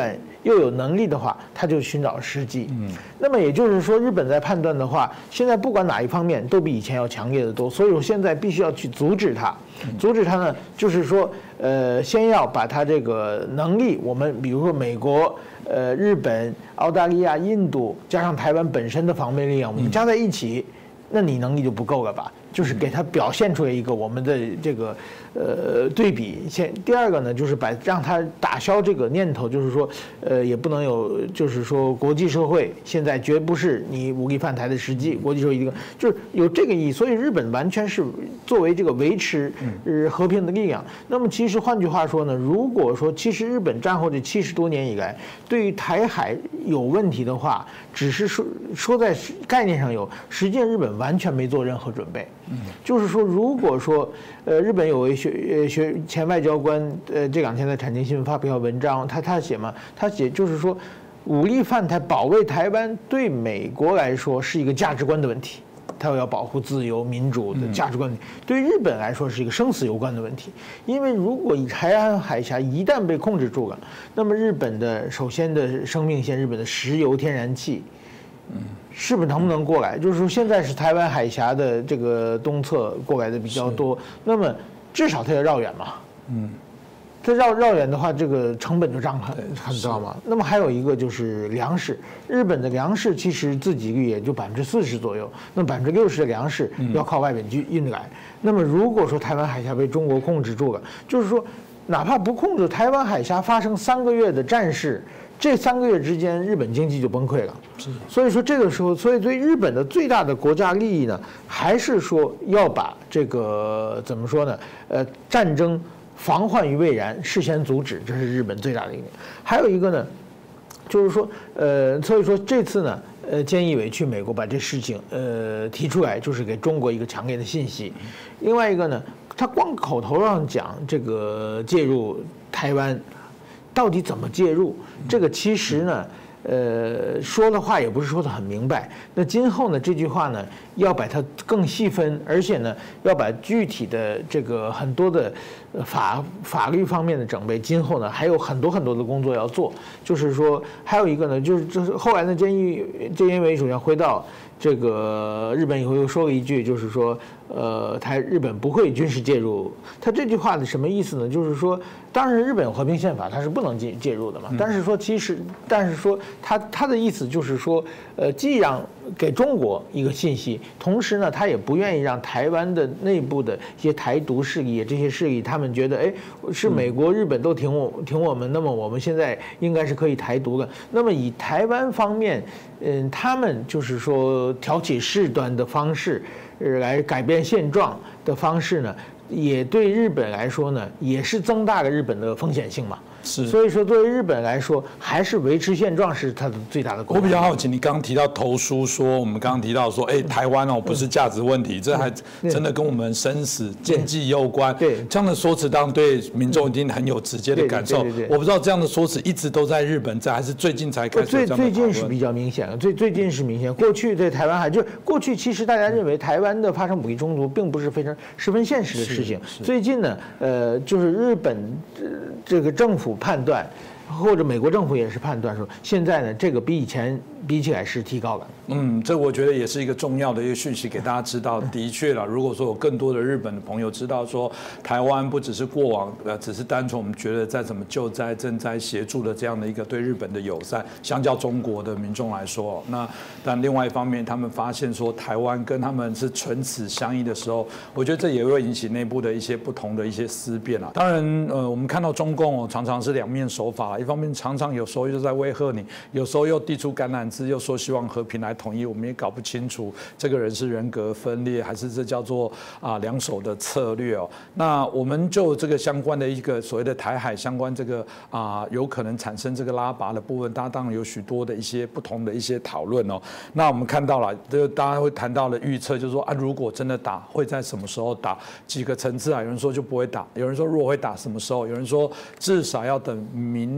又有能力的话，他就寻找时机。嗯，那么也就是说，日本在判断的话，现在不管哪一方面都比以前要强烈的多，所以我现在必须要去阻止它。阻止它呢，就是说，呃，先要把它这个能力，我们比如说美国、呃日本、澳大利亚、印度，加上台湾本身的防卫力量，我们加在一起，那你能力就不够了吧？就是给它表现出来一个我们的这个呃对比。先第二个呢，就是把让它打消这个念头，就是说，呃，也不能有，就是说国际社会现在绝不是你武力犯台的时机，国际社会一个就是有这个意义。所以日本完全是作为这个维持呃和平的力量。那么其实换句话说呢，如果说其实日本战后这七十多年以来，对于台海有问题的话，只是说说在概念上有，实际上日本完全没做任何准备。嗯，就是说，如果说，呃，日本有位学呃学前外交官，呃，这两天在产经新闻发表文章，他他写嘛，他写就是说，武力犯台保卫台湾对美国来说是一个价值观的问题，他要保护自由民主的价值观问题，对于日本来说是一个生死攸关的问题，因为如果台湾海峡一旦被控制住了，那么日本的首先的生命线，日本的石油天然气。嗯，是不是能不能过来？就是说，现在是台湾海峡的这个东侧过来的比较多，那么至少它要绕远嘛。嗯，它绕绕远的话，这个成本就涨很很高嘛。那么还有一个就是粮食，日本的粮食其实自给率也就百分之四十左右，那么百分之六十的粮食要靠外边去运来。那么如果说台湾海峡被中国控制住了，就是说，哪怕不控制台湾海峡，发生三个月的战事。这三个月之间，日本经济就崩溃了。所以说这个时候，所以对日本的最大的国家利益呢，还是说要把这个怎么说呢？呃，战争防患于未然，事先阻止，这是日本最大的一点。还有一个呢，就是说，呃，所以说这次呢，呃，菅义伟去美国把这事情呃提出来，就是给中国一个强烈的信息。另外一个呢，他光口头上讲这个介入台湾。到底怎么介入？这个其实呢，呃，说的话也不是说的很明白。那今后呢，这句话呢，要把它更细分，而且呢，要把具体的这个很多的法法律方面的准备，今后呢还有很多很多的工作要做。就是说，还有一个呢，就是就是后来呢，菅义菅义伟首相回到这个日本以后又说了一句，就是说，呃，台日本不会军事介入。他这句话的什么意思呢？就是说，当然日本有和平宪法，它是不能介介入的嘛。但是说其实，但是说他他的意思就是说，呃，既让给中国一个信息，同时呢，他也不愿意让台湾的内部的一些台独势力这些势力，他们觉得，哎，是美国、日本都挺我挺我们，那么我们现在应该是可以台独的。那么以台湾方面，嗯，他们就是说挑起事端的方式，呃，来改变现状的方式呢，也对日本来说呢，也是增大了日本的风险性嘛。是，所以说对于日本来说，还是维持现状是它的最大的功能。 我比较好奇，你刚刚提到投书说，我们刚刚提到说，哎，台湾哦不是价值问题，这还真的跟我们生死经济攸关。对，这样的说辞当然对民众一定很有直接的感受。我不知道这样的说辞一直都在日本在，还是最近才开始这样的讨论？ 最最近是比较明显的，最最近是明显。过去在台湾还就过去其实大家认为台湾的发生武力冲突并不是非常十分现实的事情。最近呢，呃，就是日本这个政府判断，或者美国政府也是判断说，现在呢，这个比以前比起来是提高了。 嗯，这我觉得也是一个重要的一个讯息给大家知道。的确了，如果说有更多的日本的朋友知道说，台湾不只是过往呃，只是单纯我们觉得在怎么救灾、赈灾协助的这样的一个对日本的友善，相较中国的民众来说，那但另外一方面，他们发现说台湾跟他们是唇齿相依的时候，我觉得这也会引起内部的一些不同的一些思辨啊。当然，呃，我们看到中共哦，常常是两面手法，一方面常常有时候又在威吓你，有时候又递出橄榄枝，又说希望和平来统一，我们也搞不清楚这个人是人格分裂，还是这叫做啊两手的策略哦。那我们就这个相关的一个所谓的台海相关这个啊有可能产生这个拉拔的部分，大家当然有许多的一些不同的一些讨论哦。那我们看到了，就大家会谈到了预测，就是说啊，如果真的打，会在什么时候打？几个层次啊？有人说就不会打，有人说如果会打什么时候？有人说至少要等明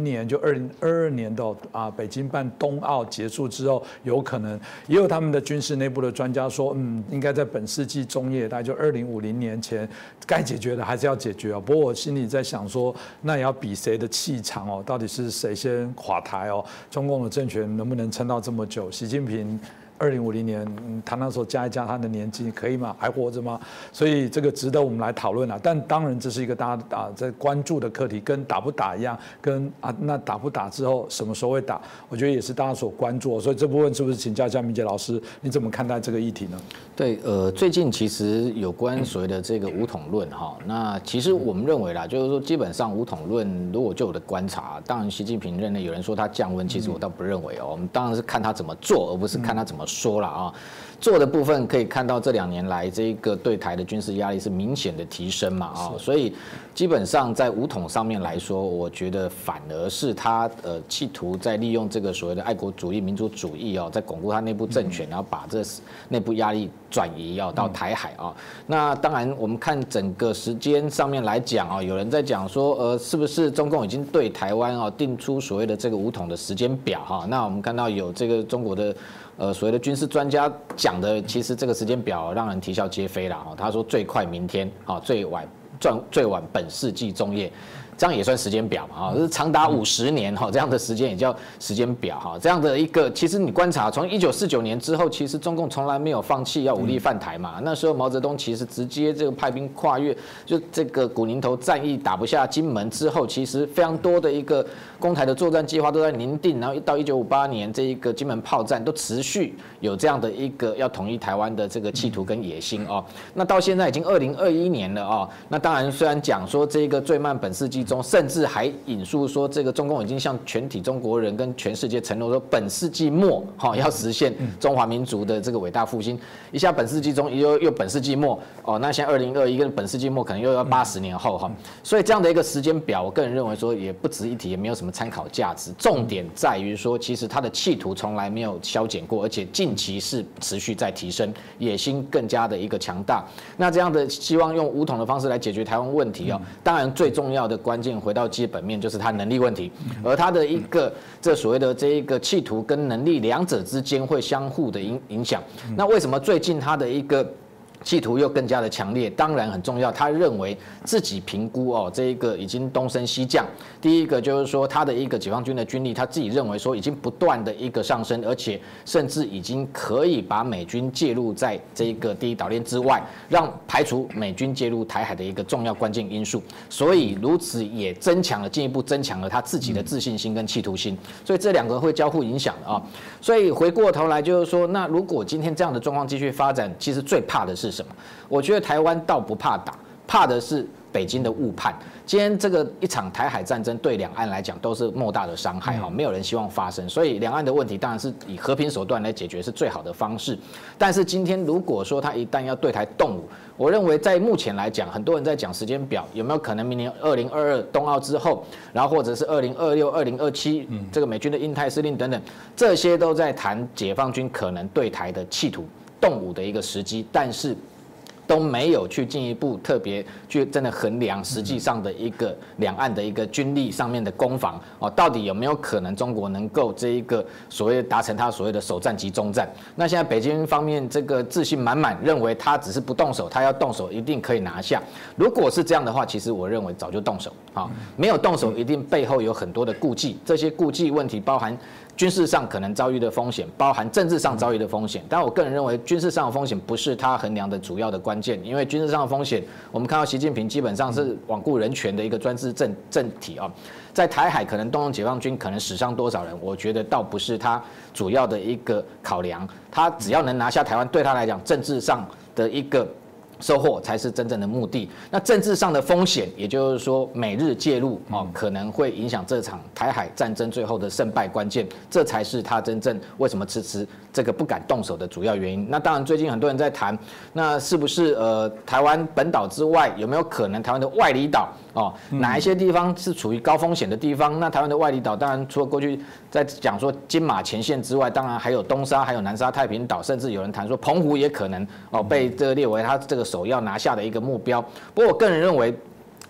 年就二零二二年的啊北京办冬奥结束之后，有可能也有他们的军事内部的专家说，嗯，应该在本世纪中叶，大概就二零五零年前，该解决的还是要解决哦。不过我心里在想说，那也要比谁的气场哦，到底是谁先垮台哦？中共的政权能不能撑到这么久？习近平二零五零年，他那时候加一加他的年纪可以吗？还活着吗？所以这个值得我们来讨论啊。但当然这是一个大家啊在关注的课题，跟打不打一样，跟啊那打不打之后什么时候会打，我觉得也是大家所关注。所以这部分是不是请教一下明杰老师，你怎么看待这个议题呢？ 对，呃，最近其实有关所谓的这个武统论哈，那其实我们认为啦，就是说基本上武统论，如果就我的观察，当然习近平任内有人说他降温，其实我倒不认为哦，我们当然是看他怎么做，而不是看他怎么说了啊。做的部分可以看到这两年来这个对台的军事压力是明显的提升嘛啊，所以基本上在武统上面来说，我觉得反而是他呃企图在利用这个所谓的爱国主义、民族主义哦，在巩固他内部政权，然后把这内部压力转移哦到台海啊。那当然我们看整个时间上面来讲啊，有人在讲说呃是不是中共已经对台湾啊定出所谓的这个武统的时间表哈？那我们看到有这个中国的。呃，所谓的军事专家讲的，其实这个时间表让人啼笑皆非啦。他说最快明天，啊，最晚最晚本世纪中叶。这样也算时间表嘛？啊，是长达五十年哈，这样的时间也叫时间表哈。这样的一个，其实你观察，从一九四九年之后，其实中共从来没有放弃要武力犯台嘛。那时候毛泽东其实直接这个派兵跨越，就这个古宁头战役打不下金门之后，其实非常多的一个攻台的作战计划都在拟定，然后到一九五八年这一个金门炮战都持续有这样的一个要统一台湾的这个企图跟野心哦。那到现在已经二零二一年了哦。那当然虽然讲说这个最慢本世纪中，甚至还引述说，这个中共已经向全体中国人跟全世界承诺说，本世纪末哈要实现中华民族的这个伟大复兴。一下本世纪中，又又本世纪末哦，那现在二零二一跟本世纪末可能又要八十年后哈。所以这样的一个时间表，我个人认为说也不值一提，也没有什么参考价值。重点在于说，其实他的企图从来没有消减过，而且近期是持续在提升，野心更加的一个强大。那这样的希望用武统的方式来解决台湾问题哦，当然最重要的关键回到基本面就是他能力问题，而他的一个这所谓的这一个企图跟能力两者之间会相互的影影响。那为什么最近他的一个企图又更加的强烈？当然很重要，他认为自己评估哦，这一个已经东升西降。第一个就是说，他的一个解放军的军力，他自己认为说已经不断的一个上升，而且甚至已经可以把美军介入在这一个第一岛链之外，让排除美军介入台海的一个重要关键因素。所以如此也增强了，进一步增强了他自己的自信心跟企图心。所以这两个会交互影响的啊。所以回过头来就是说，那如果今天这样的状况继续发展，其实最怕的是什么？我觉得台湾倒不怕打，怕的是北京的误判。今天这个一场台海战争对两岸来讲都是莫大的伤害哈，没有人希望发生。所以两岸的问题当然是以和平手段来解决是最好的方式。但是今天如果说他一旦要对台动武，我认为在目前来讲，很多人在讲时间表，有没有可能明年二零二二冬奥之后，然后或者是二零二六、二零二七这个美军的印太司令等等，这些都在谈解放军可能对台的企图动武的一个时机，但是都没有去进一步特别去真的衡量实际上的一个两岸的一个军力上面的攻防哦，到底有没有可能中国能够这一个所谓达成他所谓的首战及中战？那现在北京方面这个自信满满，认为他只是不动手，他要动手一定可以拿下。如果是这样的话，其实我认为早就动手啊，没有动手一定背后有很多的顾忌，这些顾忌问题包含军事上可能遭遇的风险，包含政治上遭遇的风险。但我个人认为，军事上的风险不是他衡量的主要的关键，因为军事上的风险，我们看到习近平基本上是罔顾人权的一个专制政政体啊，在台海可能动用解放军，可能死伤多少人，我觉得倒不是他主要的一个考量。他只要能拿下台湾，对他来讲，政治上的一个收获才是真正的目的。那政治上的风险，也就是说美日介入哦，可能会影响这场台海战争最后的胜败关键，这才是他真正为什么迟迟这个不敢动手的主要原因。那当然，最近很多人在谈，那是不是呃台湾本岛之外有没有可能台湾的外离岛哦，哪一些地方是处于高风险的地方？那台湾的外离岛，当然除了过去在讲说金马前线之外，当然还有东沙，还有南沙太平岛，甚至有人谈说澎湖也可能哦被这个列为他这个首要拿下的一个目标。不过我个人认为，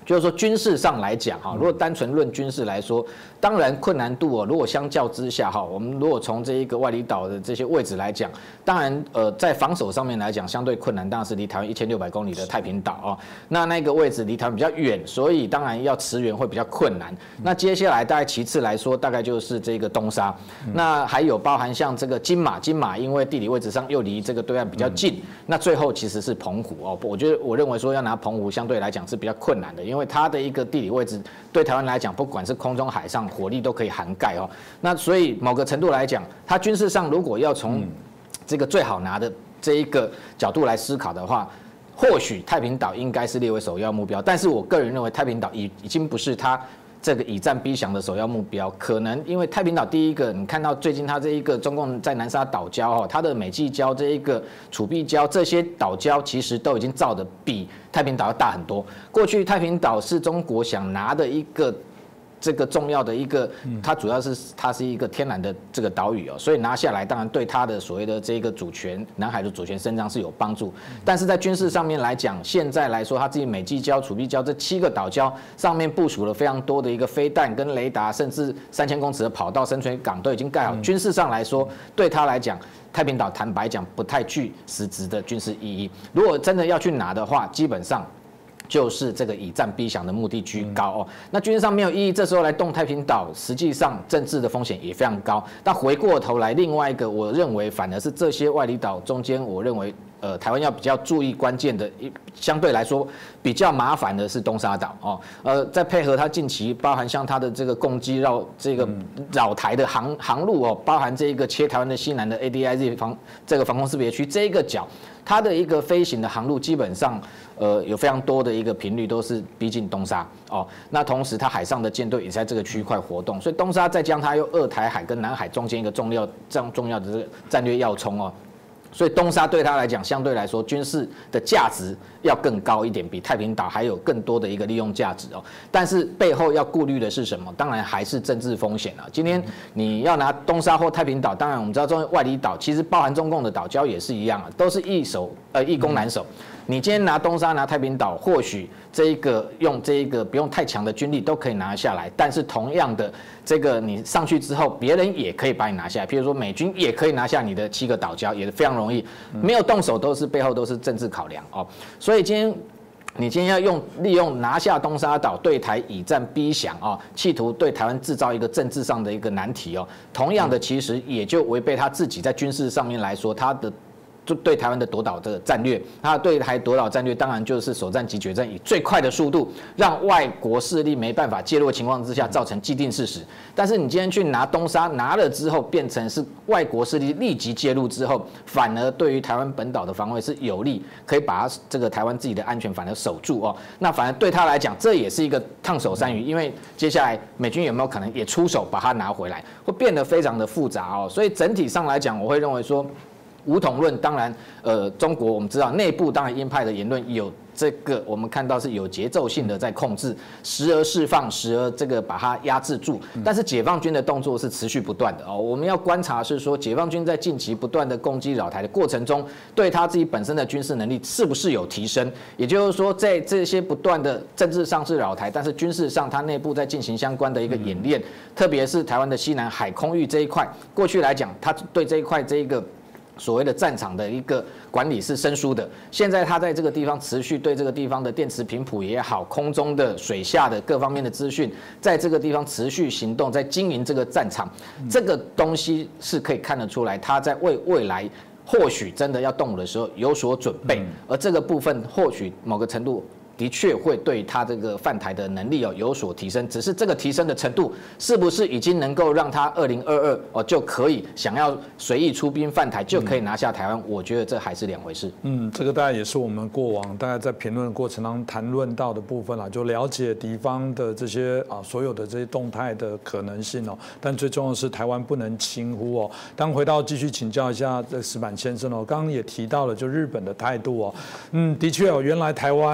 就是说军事上来讲哈，如果单纯论军事来说，当然困难度哦，如果相较之下哈，我们如果从这一个外里岛的这些位置来讲，当然呃在防守上面来讲相对困难，当然是离台湾一千六百公里的太平岛哦，那那个位置离台湾比较远，所以当然要驰援会比较困难。那接下来大概其次来说，大概就是这个东沙，那还有包含像这个金马，金马因为地理位置上又离这个对岸比较近，那最后其实是澎湖哦，我觉得我认为说要拿澎湖相对来讲是比较困难的，因为因为它的一个地理位置对台湾来讲，不管是空中、海上火力都可以涵盖哦。那所以某个程度来讲，它军事上如果要从这个最好拿的这一个角度来思考的话，或许太平岛应该是列为首要目标。但是我个人认为，太平岛已已经不是它这个以战逼降的首要目标。可能因为太平岛第一个，你看到最近它这一个中共在南沙岛礁哦，它的美济礁这一个楚碧礁这些岛礁，其实都已经造的比太平岛要大很多。过去太平岛是中国想拿的一个这个重要的一个，它主要是它是一个天然的这个岛屿哦，所以拿下来当然对它的所谓的这个主权，南海的主权伸张是有帮助。但是在军事上面来讲，现在来说，它自己美济礁、楚碧礁这七个岛礁上面部署了非常多的一个飞弹跟雷达，甚至三千公尺的跑道、深水港都已经盖好。军事上来说，对它来讲，太平岛坦白讲不太具实质的军事意义。如果真的要去拿的话，基本上就是这个以战逼降的目的居高哦。那军事上没有意义，这时候来动太平岛，实际上政治的风险也非常高。但回过头来，另外一个我认为反而是这些外里岛中间，我认为呃台湾要比较注意关键的，相对来说比较麻烦的是东沙岛哦。呃，再配合它近期包含像它的这个共机绕这个绕台的航航路哦，包含这一个切台湾的西南的 A D I Z 防这个防空识别区这一个角。它的一个飞行的航路基本上，呃，有非常多的一个频率都是逼近东沙哦。那同时，它海上的舰队也在这个区块活动，所以东沙再将它又二台海跟南海中间一个重要、这样重要的这个战略要冲哦。所以东沙对他来讲，相对来说军事的价值要更高一点，比太平岛还有更多的一个利用价值哦。但是背后要顾虑的是什么？当然还是政治风险啊。今天你要拿东沙或太平岛，当然我们知道中外里岛其实包含中共的岛礁也是一样啊，都是易守呃易攻难守。你今天拿东沙拿太平岛，或许这一个用这一个不用太强的军力都可以拿下来，但是同样的这个你上去之后，别人也可以把你拿下来，譬如说美军也可以拿下你的七个岛礁，也非常容易，没有动手都是背后都是政治考量哦。所以今天你今天要用利用拿下东沙岛对台以战逼降啊，企图对台湾制造一个政治上的一个难题哦。同样的，其实也就违背他自己在军事上面来说，他的就对台湾的夺岛的战略，他对台夺岛战略当然就是首战即决战，以最快的速度让外国势力没办法介入的情况之下，造成既定事实。但是你今天去拿东沙，拿了之后变成是外国势力立即介入之后，反而对于台湾本岛的防卫是有利，可以把这个台湾自己的安全反而守住哦。那反而对他来讲，这也是一个烫手山芋，因为接下来美军有没有可能也出手把它拿回来，会变得非常的复杂哦。所以整体上来讲，我会认为说，武统论当然，呃，中国我们知道内部当然鹰派的言论有这个，我们看到是有节奏性的在控制，时而释放，时而这个把它压制住。但是解放军的动作是持续不断的哦。我们要观察是说，解放军在近期不断的攻击扰台的过程中，对他自己本身的军事能力是不是有提升？也就是说，在这些不断的政治上是扰台，但是军事上它内部在进行相关的一个演练，特别是台湾的西南海空域这一块，过去来讲，它对这一块这一个所谓的战场的一个管理是生疏的，现在他在这个地方持续对这个地方的电磁频谱也好，空中的、水下的各方面的资讯，在这个地方持续行动，在经营这个战场，这个东西是可以看得出来，他在为未来或许真的要动武的时候有所准备，而这个部分或许某个程度的确会对他这个犯台的能力哦有所提升，只是这个提升的程度是不是已经能够让他二零二二哦就可以想要随意出兵犯台就可以拿下台湾？我觉得这还是两回事。 嗯，这个大概也是我们过往大概在评论过程当中谈论到的部分啦，就了解敌方的这些啊所有的这些动态的可能性哦。但最重要的是台湾不能轻忽哦。当回到继续请教一下这石板先生哦，刚刚也提到了就日本的态度哦，嗯，的确哦，原来台湾内部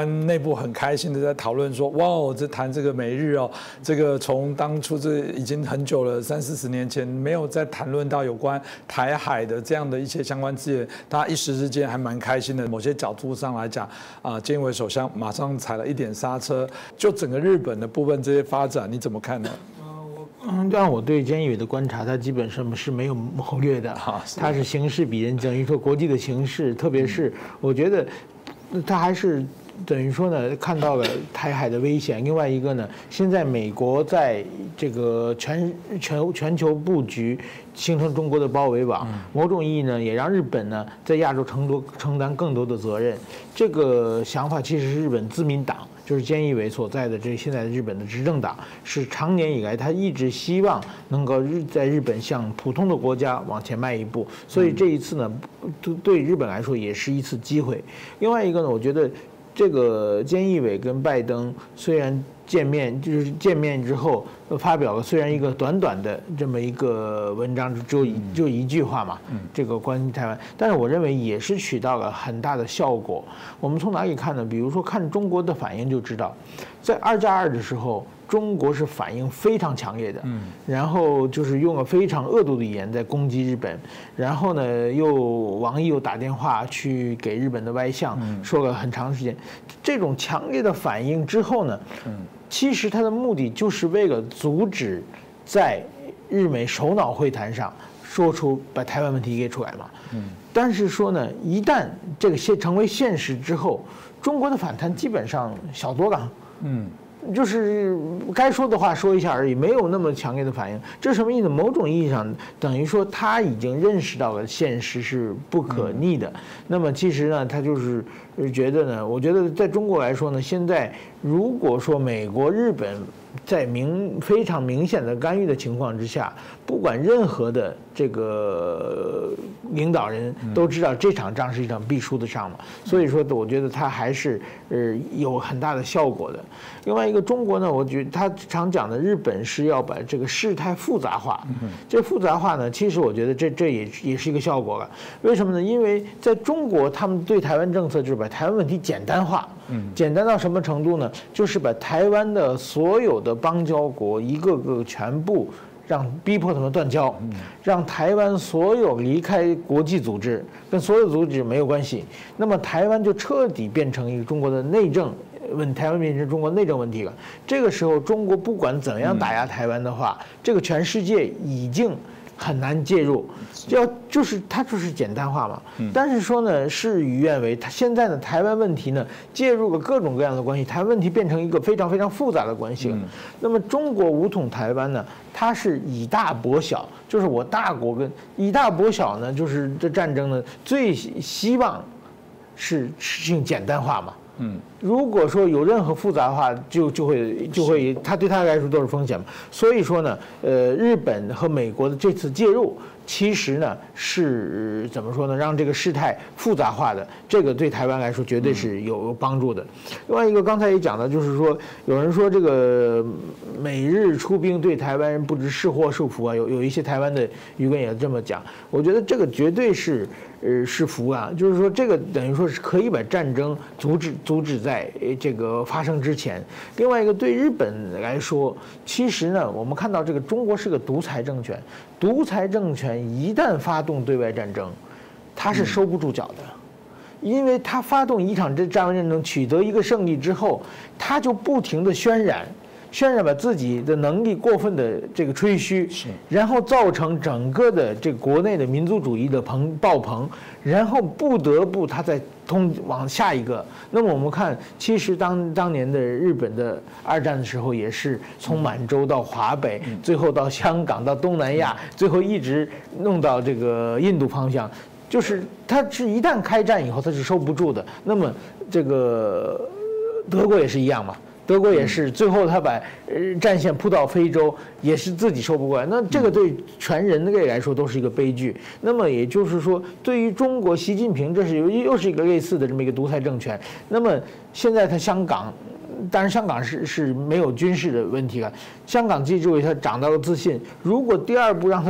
府很开心的在讨论说，哇哦，这谈这个美日哦，这个从当初这已经很久了，三四十年前没有再谈论到有关台海的这样的一些相关资源，他一时之间还蛮开心的。某些角度上来讲，啊，菅义伟首相马上踩了一点刹车。就整个日本的部分这些发展，你怎么看呢？ 嗯，按我对菅义伟的观察，他基本上是没有谋略的，他是形势比人，等于说国际的形势，特别是我觉得他还是等于说呢看到了台海的危险。另外一个呢，现在美国在这个全全全球布局，形成中国的包围网，某种意义呢也让日本呢在亚洲承多承担更多的责任。这个想法其实是日本自民党。就是菅义伟所在的这现在的日本的执政党，是长年以来他一直希望能够日在日本向普通的国家往前迈一步，所以这一次呢，对日本来说也是一次机会。另外一个呢，我觉得这个菅义伟跟拜登虽然见面，就是见面之后发表了虽然一个短短的这么一个文章，只有就一句话嘛，这个关于台湾，但是我认为也是起到了很大的效果。我们从哪里看呢？比如说看中国的反应就知道，在二加二的时候，中国是反应非常强烈的，然后就是用了非常恶毒的语言在攻击日本，然后呢又王毅又打电话去给日本的外相说了很长时间，这种强烈的反应之后呢，其实他的目的就是为了阻止在日美首脑会谈上说出把台湾问题给出来嘛。但是说呢，一旦这个现成为现实之后，中国的反弹基本上小多了。嗯。就是该说的话说一下而已，没有那么强烈的反应。这是什么意思？某种意义上等于说他已经认识到了现实是不可逆的。那么其实呢，他就是觉得呢，我觉得在中国来说呢，现在如果说美国、日本在明非常明显的干预的情况之下，不管任何的这个领导人都知道这场仗是一场必输的仗嘛，所以说我觉得他还是呃有很大的效果的。另外一个中国呢，我觉得他常讲的日本是要把这个事态复杂化，这复杂化呢，其实我觉得这这也也是一个效果了。为什么呢？因为在中国他们对台湾政策就是把台湾问题简单化，简单到什么程度呢？就是把台湾的所有的邦交国一个个全部让逼迫他们断交，让台湾所有离开国际组织，跟所有组织没有关系。那么台湾就彻底变成一个中国的内政问，台湾变成中国内政问题了。这个时候，中国不管怎样打压台湾的话，这个全世界已经很难介入，要就是它就是简单化嘛。但是说呢，事与愿违，它现在的台湾问题呢，介入了各种各样的关系，台湾问题变成一个非常非常复杂的关系了。那么中国武统台湾呢，它是以大博小，就是我大国跟以大博小呢，就是这战争呢，最希望是事情简单化嘛。嗯，如果说有任何复杂化，就就会就会，他对他来说都是风险嘛。所以说呢，呃，日本和美国的这次介入，其实呢是怎么说呢？让这个事态复杂化的，这个对台湾来说绝对是有帮助的。另外一个刚才也讲到，就是说有人说这个美日出兵对台湾人不知是祸是福啊，有有一些台湾的舆论也这么讲。我觉得这个绝对是呃是福啊，就是说这个等于说是可以把战争阻止阻止在这个发生之前。另外一个对日本来说，其实呢，我们看到这个中国是个独裁政权，独裁政权一旦发动对外战争，它是收不住脚的，因为它发动一场这战争战争，取得一个胜利之后，它就不停的渲染。渲染把自己的能力过分的这个吹嘘，然后造成整个的这个国内的民族主义的膨爆棚，然后不得不他再通往下一个。那么我们看，其实当当年的日本的二战的时候，也是从满洲到华北，最后到香港，到东南亚，最后一直弄到这个印度方向。就是它是一旦开战以后，它是收不住的。那么这个德国也是一样嘛。德国也是，最后他把呃战线铺到非洲，也是自己收不过来。那这个对全人类来说都是一个悲剧。那么也就是说，对于中国习近平，这是又又是一个类似的这么一个独裁政权。那么现在他香港，当然香港是是没有军事的问题了。香港记住他长到了自信，如果第二步让他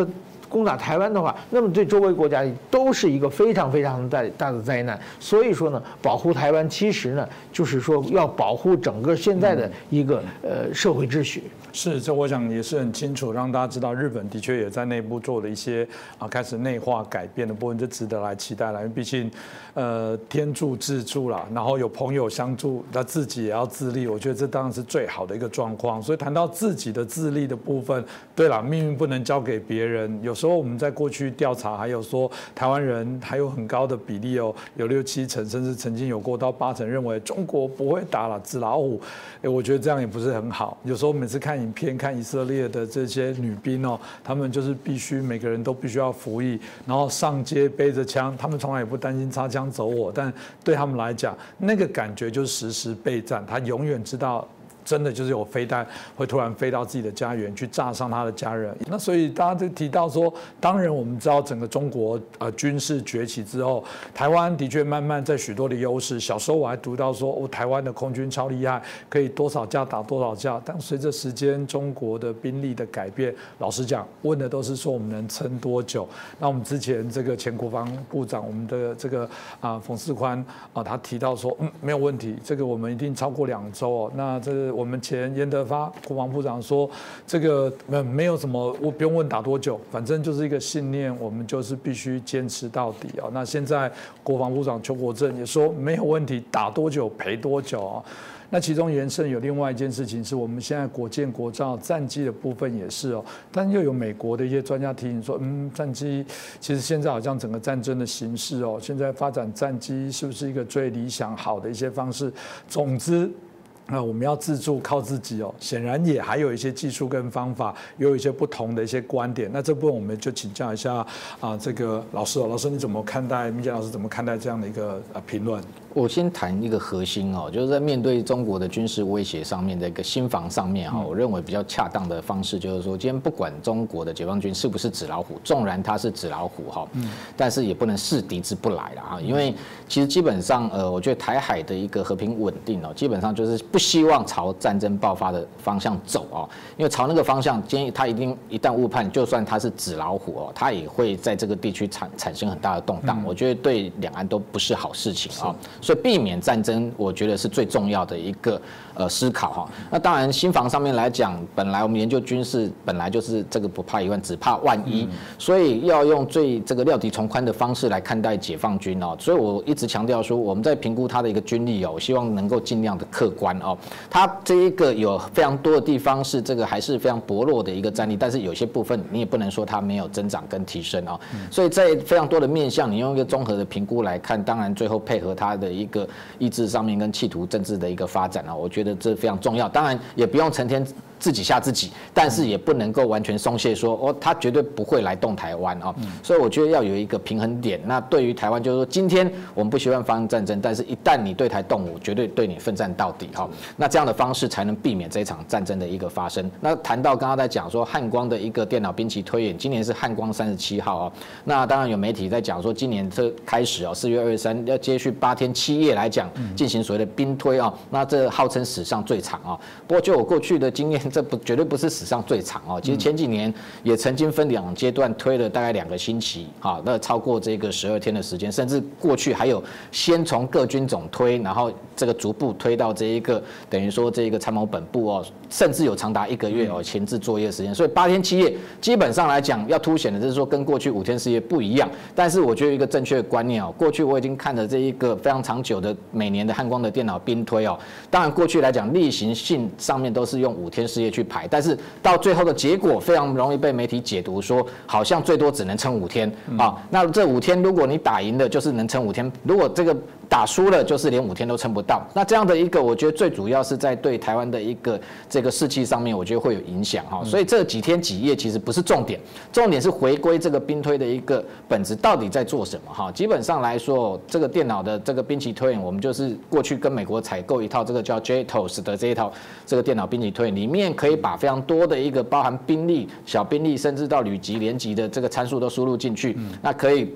攻打台湾的话，那么对周围国家都是一个非常非常大大的灾难。所以说呢，保护台湾其实呢，就是说要保护整个现在的一个呃社会秩序。 是，这我想也是很清楚，让大家知道日本的确也在内部做了一些啊开始内化改变的部分，就值得来期待了。因为毕竟，呃，天助自助啦，然后有朋友相助，那自己也要自立，我觉得这当然是最好的一个状况。所以谈到自己的自立的部分，对啦，命运不能交给别人。有时候我们在过去调查，还有说台湾人还有很高的比例哦，有六七成，甚至曾经有过到八成认为中国不会打了纸老虎。哎，我觉得这样也不是很好。有时候每次看影片，看以色列的这些女兵哦，他们就是必须每个人都必须要服役，然后上街背着枪，他们从来也不担心擦枪走火，但对他们来讲，那个感觉就是时时备战，他永远知道。真的就是有飞弹会突然飞到自己的家园去炸伤他的家人。那所以大家就提到说，当然我们知道整个中国呃军事崛起之后，台湾的确慢慢在许多的优势。小时候我还读到说，哦，台湾的空军超厉害，可以多少架打多少架。但随着时间中国的兵力的改变，老实讲，问的都是说我们能撑多久。那我们之前这个前国防部长，我们的这个啊冯世宽啊，他提到说，嗯，没有问题，这个我们一定超过两周哦。那这个。我们前严德发国防部长说，这个没没有什么，我不用问打多久，反正就是一个信念，我们就是必须坚持到底啊。那现在国防部长邱国正也说没有问题，打多久赔多久啊。那其中延伸有另外一件事情，是我们现在国建国造战机的部分也是哦，但又有美国的一些专家提醒说，嗯，战机其实现在好像整个战争的形势哦，现在发展战机是不是一个最理想好的一些方式？总之。那我们要自助靠自己哦，显然也还有一些技术跟方法，也有一些不同的一些观点。那这部分我们就请教一下啊，这个老师哦，老师你怎么看待？明杰老师怎么看待这样的一个呃评论？ 我先谈一个核心哦，就是在面对中国的军事威胁上面的一个心防上面哈，我认为比较恰当的方式就是说，今天不管中国的解放军是不是纸老虎，纵然它是纸老虎哈，但是也不能视敌之不来了啊，因为其实基本上呃，我觉得台海的一个和平稳定哦，基本上就是不希望朝战争爆发的方向走哦，因为朝那个方向，今天它一定一旦误判，就算它是纸老虎哦，它也会在这个地区产产生很大的动荡，我觉得对两岸都不是好事情啊。所以避免战争，我觉得是最重要的一个呃思考哈。那当然，心防上面来讲，本来我们研究军事本来就是这个不怕一万，只怕万一，所以要用最这个料敌从宽的方式来看待解放军哦。所以我一直强调说，我们在评估它的一个军力哦，我希望能够尽量的客观哦。它这一个有非常多的地方是这个还是非常薄弱的一个战力，但是有些部分你也不能说它没有增长跟提升哦。所以在非常多的面向，你用一个综合的评估来看，当然最后配合它的一个意志上面跟企图政治的一个发展啊，我觉得这非常重要。当然也不用成天自己吓自己，但是也不能够完全松懈说哦，他绝对不会来动台湾啊。所以我觉得要有一个平衡点。那对于台湾就是说，今天我们不希望发生战争，但是一旦你对台动武，绝对对你奋战到底哈。那这样的方式才能避免这一场战争的一个发生。那谈到刚刚在讲说汉光的一个电脑兵棋推演，今年是汉光三十七号啊。那当然有媒体在讲说，今年这开始哦，四月二十三要接续八天七夜来讲进行所谓的兵推啊。那这号称史上最长啊。不过就我过去的经验，这不绝对不是史上最长哦。其实前几年也曾经分两阶段推了大概两个星期啊，那超过这个十二天的时间，甚至过去还有先从各军种推，然后这个逐步推到这一个等于说这一个参谋本部哦，甚至有长达一个月哦前置作业时间。所以八天七夜基本上来讲要凸显的就是说跟过去五天四夜不一样。但是我觉得一个正确的观念哦，过去我已经看了这一个非常长久的每年的汉光的电脑兵推哦，当然过去来讲例行性上面都是用五天四夜去排，但是到最后的结果非常容易被媒体解读说好像最多只能撑五天啊。那这五天如果你打赢了就是能撑五天，如果这个打输了就是连五天都撑不到。那这样的一个我觉得最主要是在对台湾的一个这个士气上面我觉得会有影响哈。所以这几天几夜其实不是重点，重点是回归这个兵推的一个本质到底在做什么哈。基本上来说，这个电脑的这个兵棋推演，我们就是过去跟美国采购一套这个叫 J T O S 的这一套这个电脑兵棋推演，里面可以把非常多的一个包含兵力、小兵力，甚至到旅级、连级的这个参数都输入进去，那可以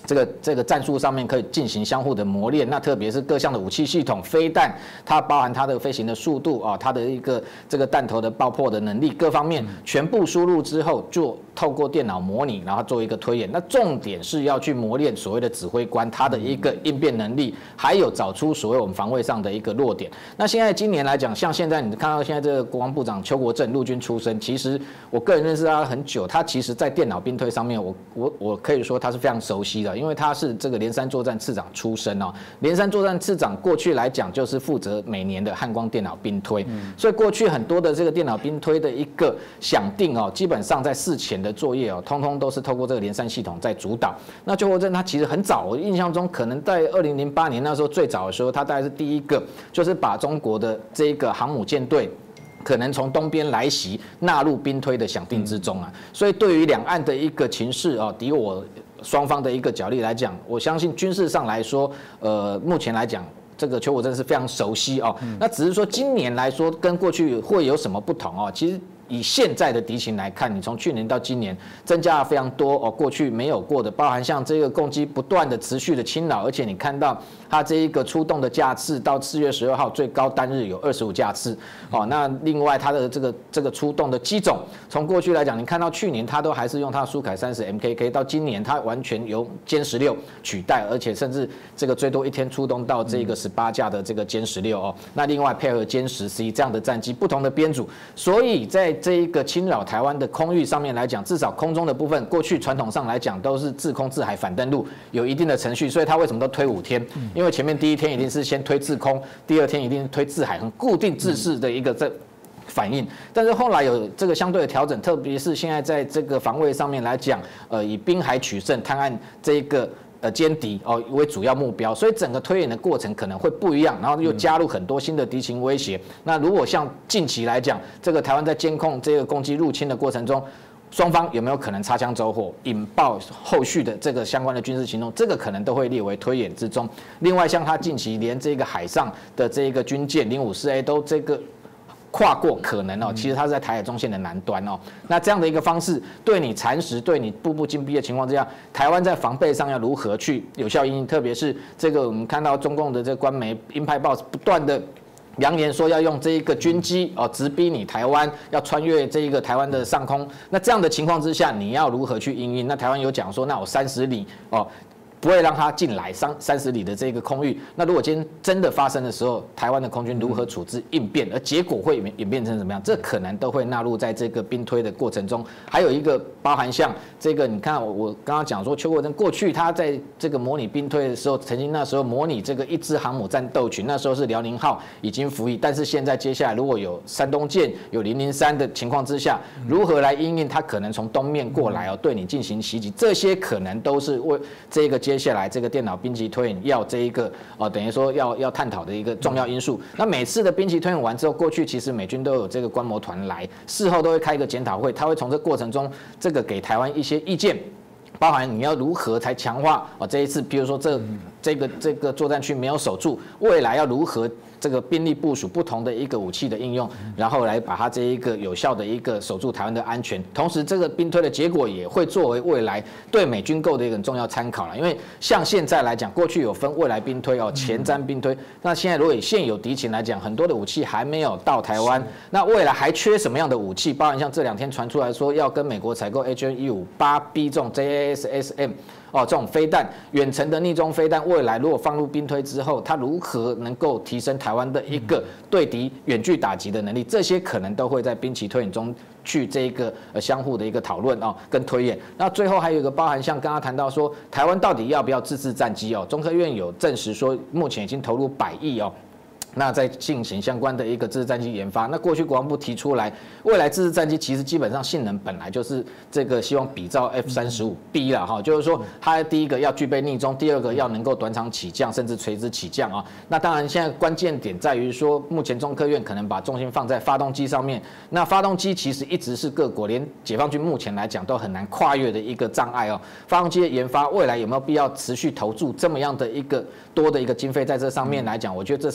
这个这个战术上面可以进行相互的磨练，那特别是各项的武器系统、飞弹，它包含它的飞行的速度啊，它的一个这个弹头的爆破的能力，各方面全部输入之后，就透过电脑模拟，然后做一个推演。那重点是要去磨练所谓的指挥官他的一个应变能力，还有找出所谓我们防卫上的一个弱点。那现在今年来讲，像现在你看到现在这个国防部长邱国正，陆军出身，其实我个人认识他很久，他其实在电脑兵推上面，我我我可以说他是非常熟悉的。因为他是这个连三作战次长出身哦，连三作战次长过去来讲就是负责每年的汉光电脑兵推，所以过去很多的这个电脑兵推的一个想定哦，基本上在事前的作业哦，通通都是透过这个连三系统在主导。那邱国正他其实很早，我印象中可能在二零零八年那时候最早的时候，他大概是第一个，就是把中国的这个航母舰队可能从东边来袭纳入兵推的想定之中啊，所以对于两岸的一个情势啊，敌我双方的一个角力来讲，我相信军事上来说，呃，目前来讲，这个邱国正是非常熟悉哦。那只是说今年来说，跟过去会有什么不同哦？其实以现在的敌情来看，你从去年到今年增加了非常多哦，过去没有过的，包含像这个攻击不断的持续的侵扰，而且你看到它这一个出动的架次到四月十二号最高单日有二十五架次哦。那另外它的这个这个出动的机种，从过去来讲，你看到去年它都还是用它的苏凯三十 M K K， 到今年它完全由歼十六取代，而且甚至这个最多一天出动到这个十八架的这个歼十六哦。那另外配合歼十 C 这样的战机，不同的编组，所以在这一个侵扰台湾的空域上面来讲，至少空中的部分，过去传统上来讲都是制空、制海、反登陆，有一定的程序，所以它为什么都推五天？因为前面第一天一定是先推制空，第二天一定是推制海，很固定制式的一个这反应。但是后来有这个相对的调整，特别是现在在这个防卫上面来讲，呃，以滨海取胜、探案这个。呃，歼敌哦为主要目标，所以整个推演的过程可能会不一样，然后又加入很多新的敌情威胁。那如果像近期来讲，这个台湾在监控这个攻击入侵的过程中，双方有没有可能擦枪走火，引爆后续的这个相关的军事行动，这个可能都会列为推演之中。另外，像他近期连这个海上的这个军舰零五四 A 都这个。跨过可能哦，其实它是在台海中线的南端哦。那这样的一个方式，对你蚕食、对你步步紧逼的情况之下，台湾在防备上要如何去有效因应？特别是这个我们看到中共的这个官媒鹰派报不断的扬言说要用这一个军机哦直逼你台湾，要穿越这一个台湾的上空。那这样的情况之下，你要如何去因应？那台湾有讲说，那我三十里哦。不会让它进来三三十里的这个空域。那如果今天真的发生的时候，台湾的空军如何处置应变，而结果会演变成怎么样？这可能都会纳入在这个兵推的过程中。还有一个包含像这个，你看我我刚刚讲说，邱国正过去他在这个模拟兵推的时候，曾经那时候模拟这个一支航母战斗群，那时候是辽宁号已经服役，但是现在接下来如果有山东舰、有零零三的情况之下，如何来因应它可能从东面过来哦，对你进行袭击，这些可能都是为这个接下来这个电脑兵棋推演要这一个哦，等于说要要探讨的一个重要因素。那每次的兵棋推演完之后，过去其实美军都有这个观摩团来，事后都会开一个检讨会，他会从这过程中这个给台湾一些意见。包含你要如何才强化哦这一次，比如说这这个这个作战区没有守住，未来要如何这个兵力部署不同的一个武器的应用，然后来把它这一个有效的一个守住台湾的安全。同时，这个兵推的结果也会作为未来对美军购的一个很重要参考了。因为像现在来讲，过去有分未来兵推哦、前瞻兵推，那现在如果以现有敌情来讲，很多的武器还没有到台湾，那未来还缺什么样的武器？包含像这两天传出来说要跟美国采购 H N 一五八 B 这种 J A S S M。哦，这种飞弹，远程的逆中飞弹，未来如果放入兵推之后，它如何能够提升台湾的一个对敌远距打击的能力？这些可能都会在兵棋推演中去这个呃相互的一个讨论哦，跟推演。那最后还有一个包含像刚刚谈到说，台湾到底要不要自制战机哦？中科院有证实说，目前已经投入百亿哦。那在进行相关的一个自制战机研发，那过去国防部提出来，未来自制战机其实基本上性能本来就是这个希望比照 F 三十五 B 啦哈，就是说它第一个要具备逆中，第二个要能够短场起降，甚至垂直起降啊。那当然现在关键点在于说，目前中科院可能把重心放在发动机上面，那发动机其实一直是各国连解放军目前来讲都很难跨越的一个障碍哦。发动机的研发未来有没有必要持续投注这么样的一个多的一个经费在这上面来讲，我觉得这是有讨论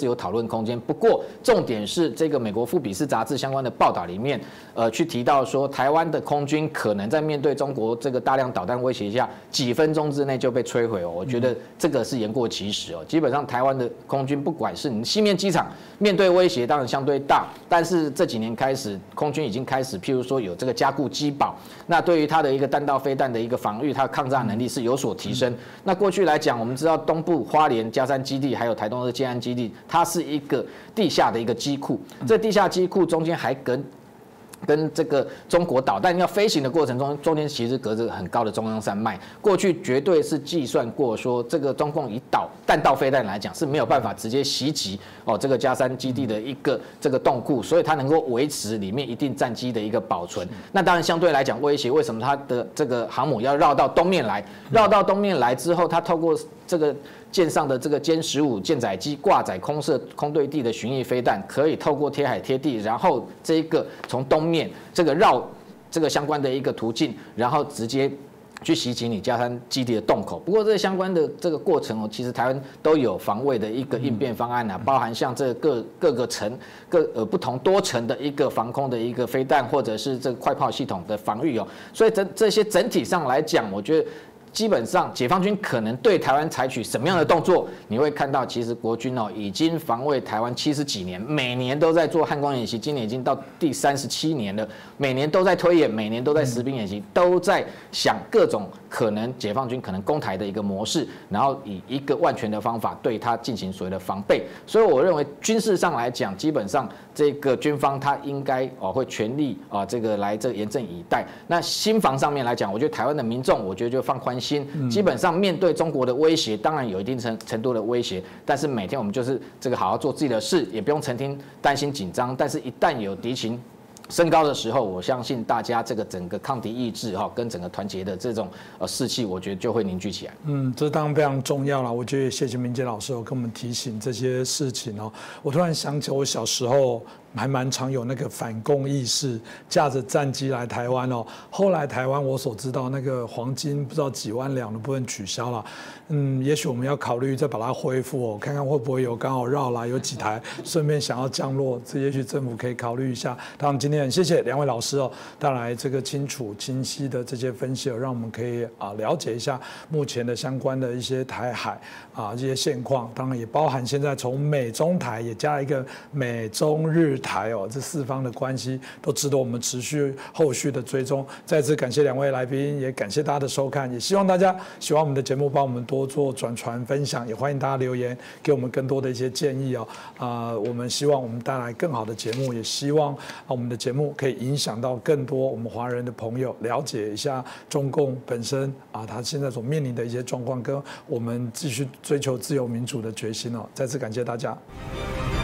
空间。不过重点是这个美国富比士杂志相关的报道里面，呃，去提到说台湾的空军可能在面对中国这个大量导弹威胁下，几分钟之内就被摧毁哦。我觉得这个是言过其实哦。基本上台湾的空军不管是你西面机场面对威胁当然相对大，但是这几年开始空军已经开始，譬如说有这个加固机保，那对于它的一个弹道飞弹的一个防御，它的抗炸能力是有所提升。那过去来讲，我们知道东部花莲嘉山基地还有台东的建安基地，它是一个地下的一个机库，这地下机库中间还跟跟这个中国导弹要飞行的过程中，中间其实隔着很高的中央山脉。过去绝对是计算过说，这个中共以导弹道飞弹来讲是没有办法直接袭击哦这个嘉山基地的一个这个洞库，所以它能够维持里面一定战机的一个保存。那当然相对来讲威胁，为什么它的这个航母要绕到东面来？绕到东面来之后，它透过这个舰上的这个歼十五舰载机挂载空射空对地的巡弋飞弹，可以透过贴海贴地，然后这一个从东面这个绕这个相关的一个途径，然后直接去袭击你嘉山基地的洞口。不过这相关的这个过程哦，其实台湾都有防卫的一个应变方案啊，包含像这各各个层各呃不同多层的一个防空的一个飞弹，或者是这个快炮系统的防御哦。所以这这些整体上来讲，我觉得基本上解放军可能对台湾采取什么样的动作，你会看到其实国军哦已经防卫台湾七十几年，每年都在做汉光演习，今年已经到第三十七年了，每年都在推演，每年都在实兵演习，都在想各种可能解放军可能攻台的一个模式，然后以一个万全的方法对它进行所谓的防备。所以我认为军事上来讲，基本上这个军方他应该哦会全力啊这个来这严阵以待。那心防上面来讲，我觉得台湾的民众我觉得就放宽心，基本上面对中国的威胁，当然有一定程程度的威胁，但是每天我们就是这个好好做自己的事，也不用成天担心紧张。但是一旦有敌情升高的时候，我相信大家这个整个抗敌意志哈，跟整个团结的这种呃士气，我觉得就会凝聚起来。 嗯，这当然非常重要了。我觉得也谢谢明杰老师有跟我们提醒这些事情哦。我突然想起我小时候还蛮常有那个反共意识，驾着战机来台湾哦。后来台湾我所知道那个黄金不知道几万两的部分取消了，嗯，也许我们要考虑再把它恢复哦，看看会不会有刚好绕来有几台顺便想要降落，这也许政府可以考虑一下。当然今天很谢谢两位老师哦，带来这个清楚清晰的这些分析哦，让我们可以啊了解一下目前的相关的一些台海啊这些现况，当然也包含现在从美中台也加了一个美中日台哦，这四方的关系都值得我们持续后续的追踪。再次感谢两位来宾，也感谢大家的收看，也希望大家喜欢我们的节目，帮我们多做转传分享，也欢迎大家留言给我们更多的一些建议哦。啊、呃，我们希望我们带来更好的节目，也希望我们的节目可以影响到更多我们华人的朋友，了解一下中共本身啊，他现在所面临的一些状况，跟我们继续追求自由民主的决心哦。再次感谢大家。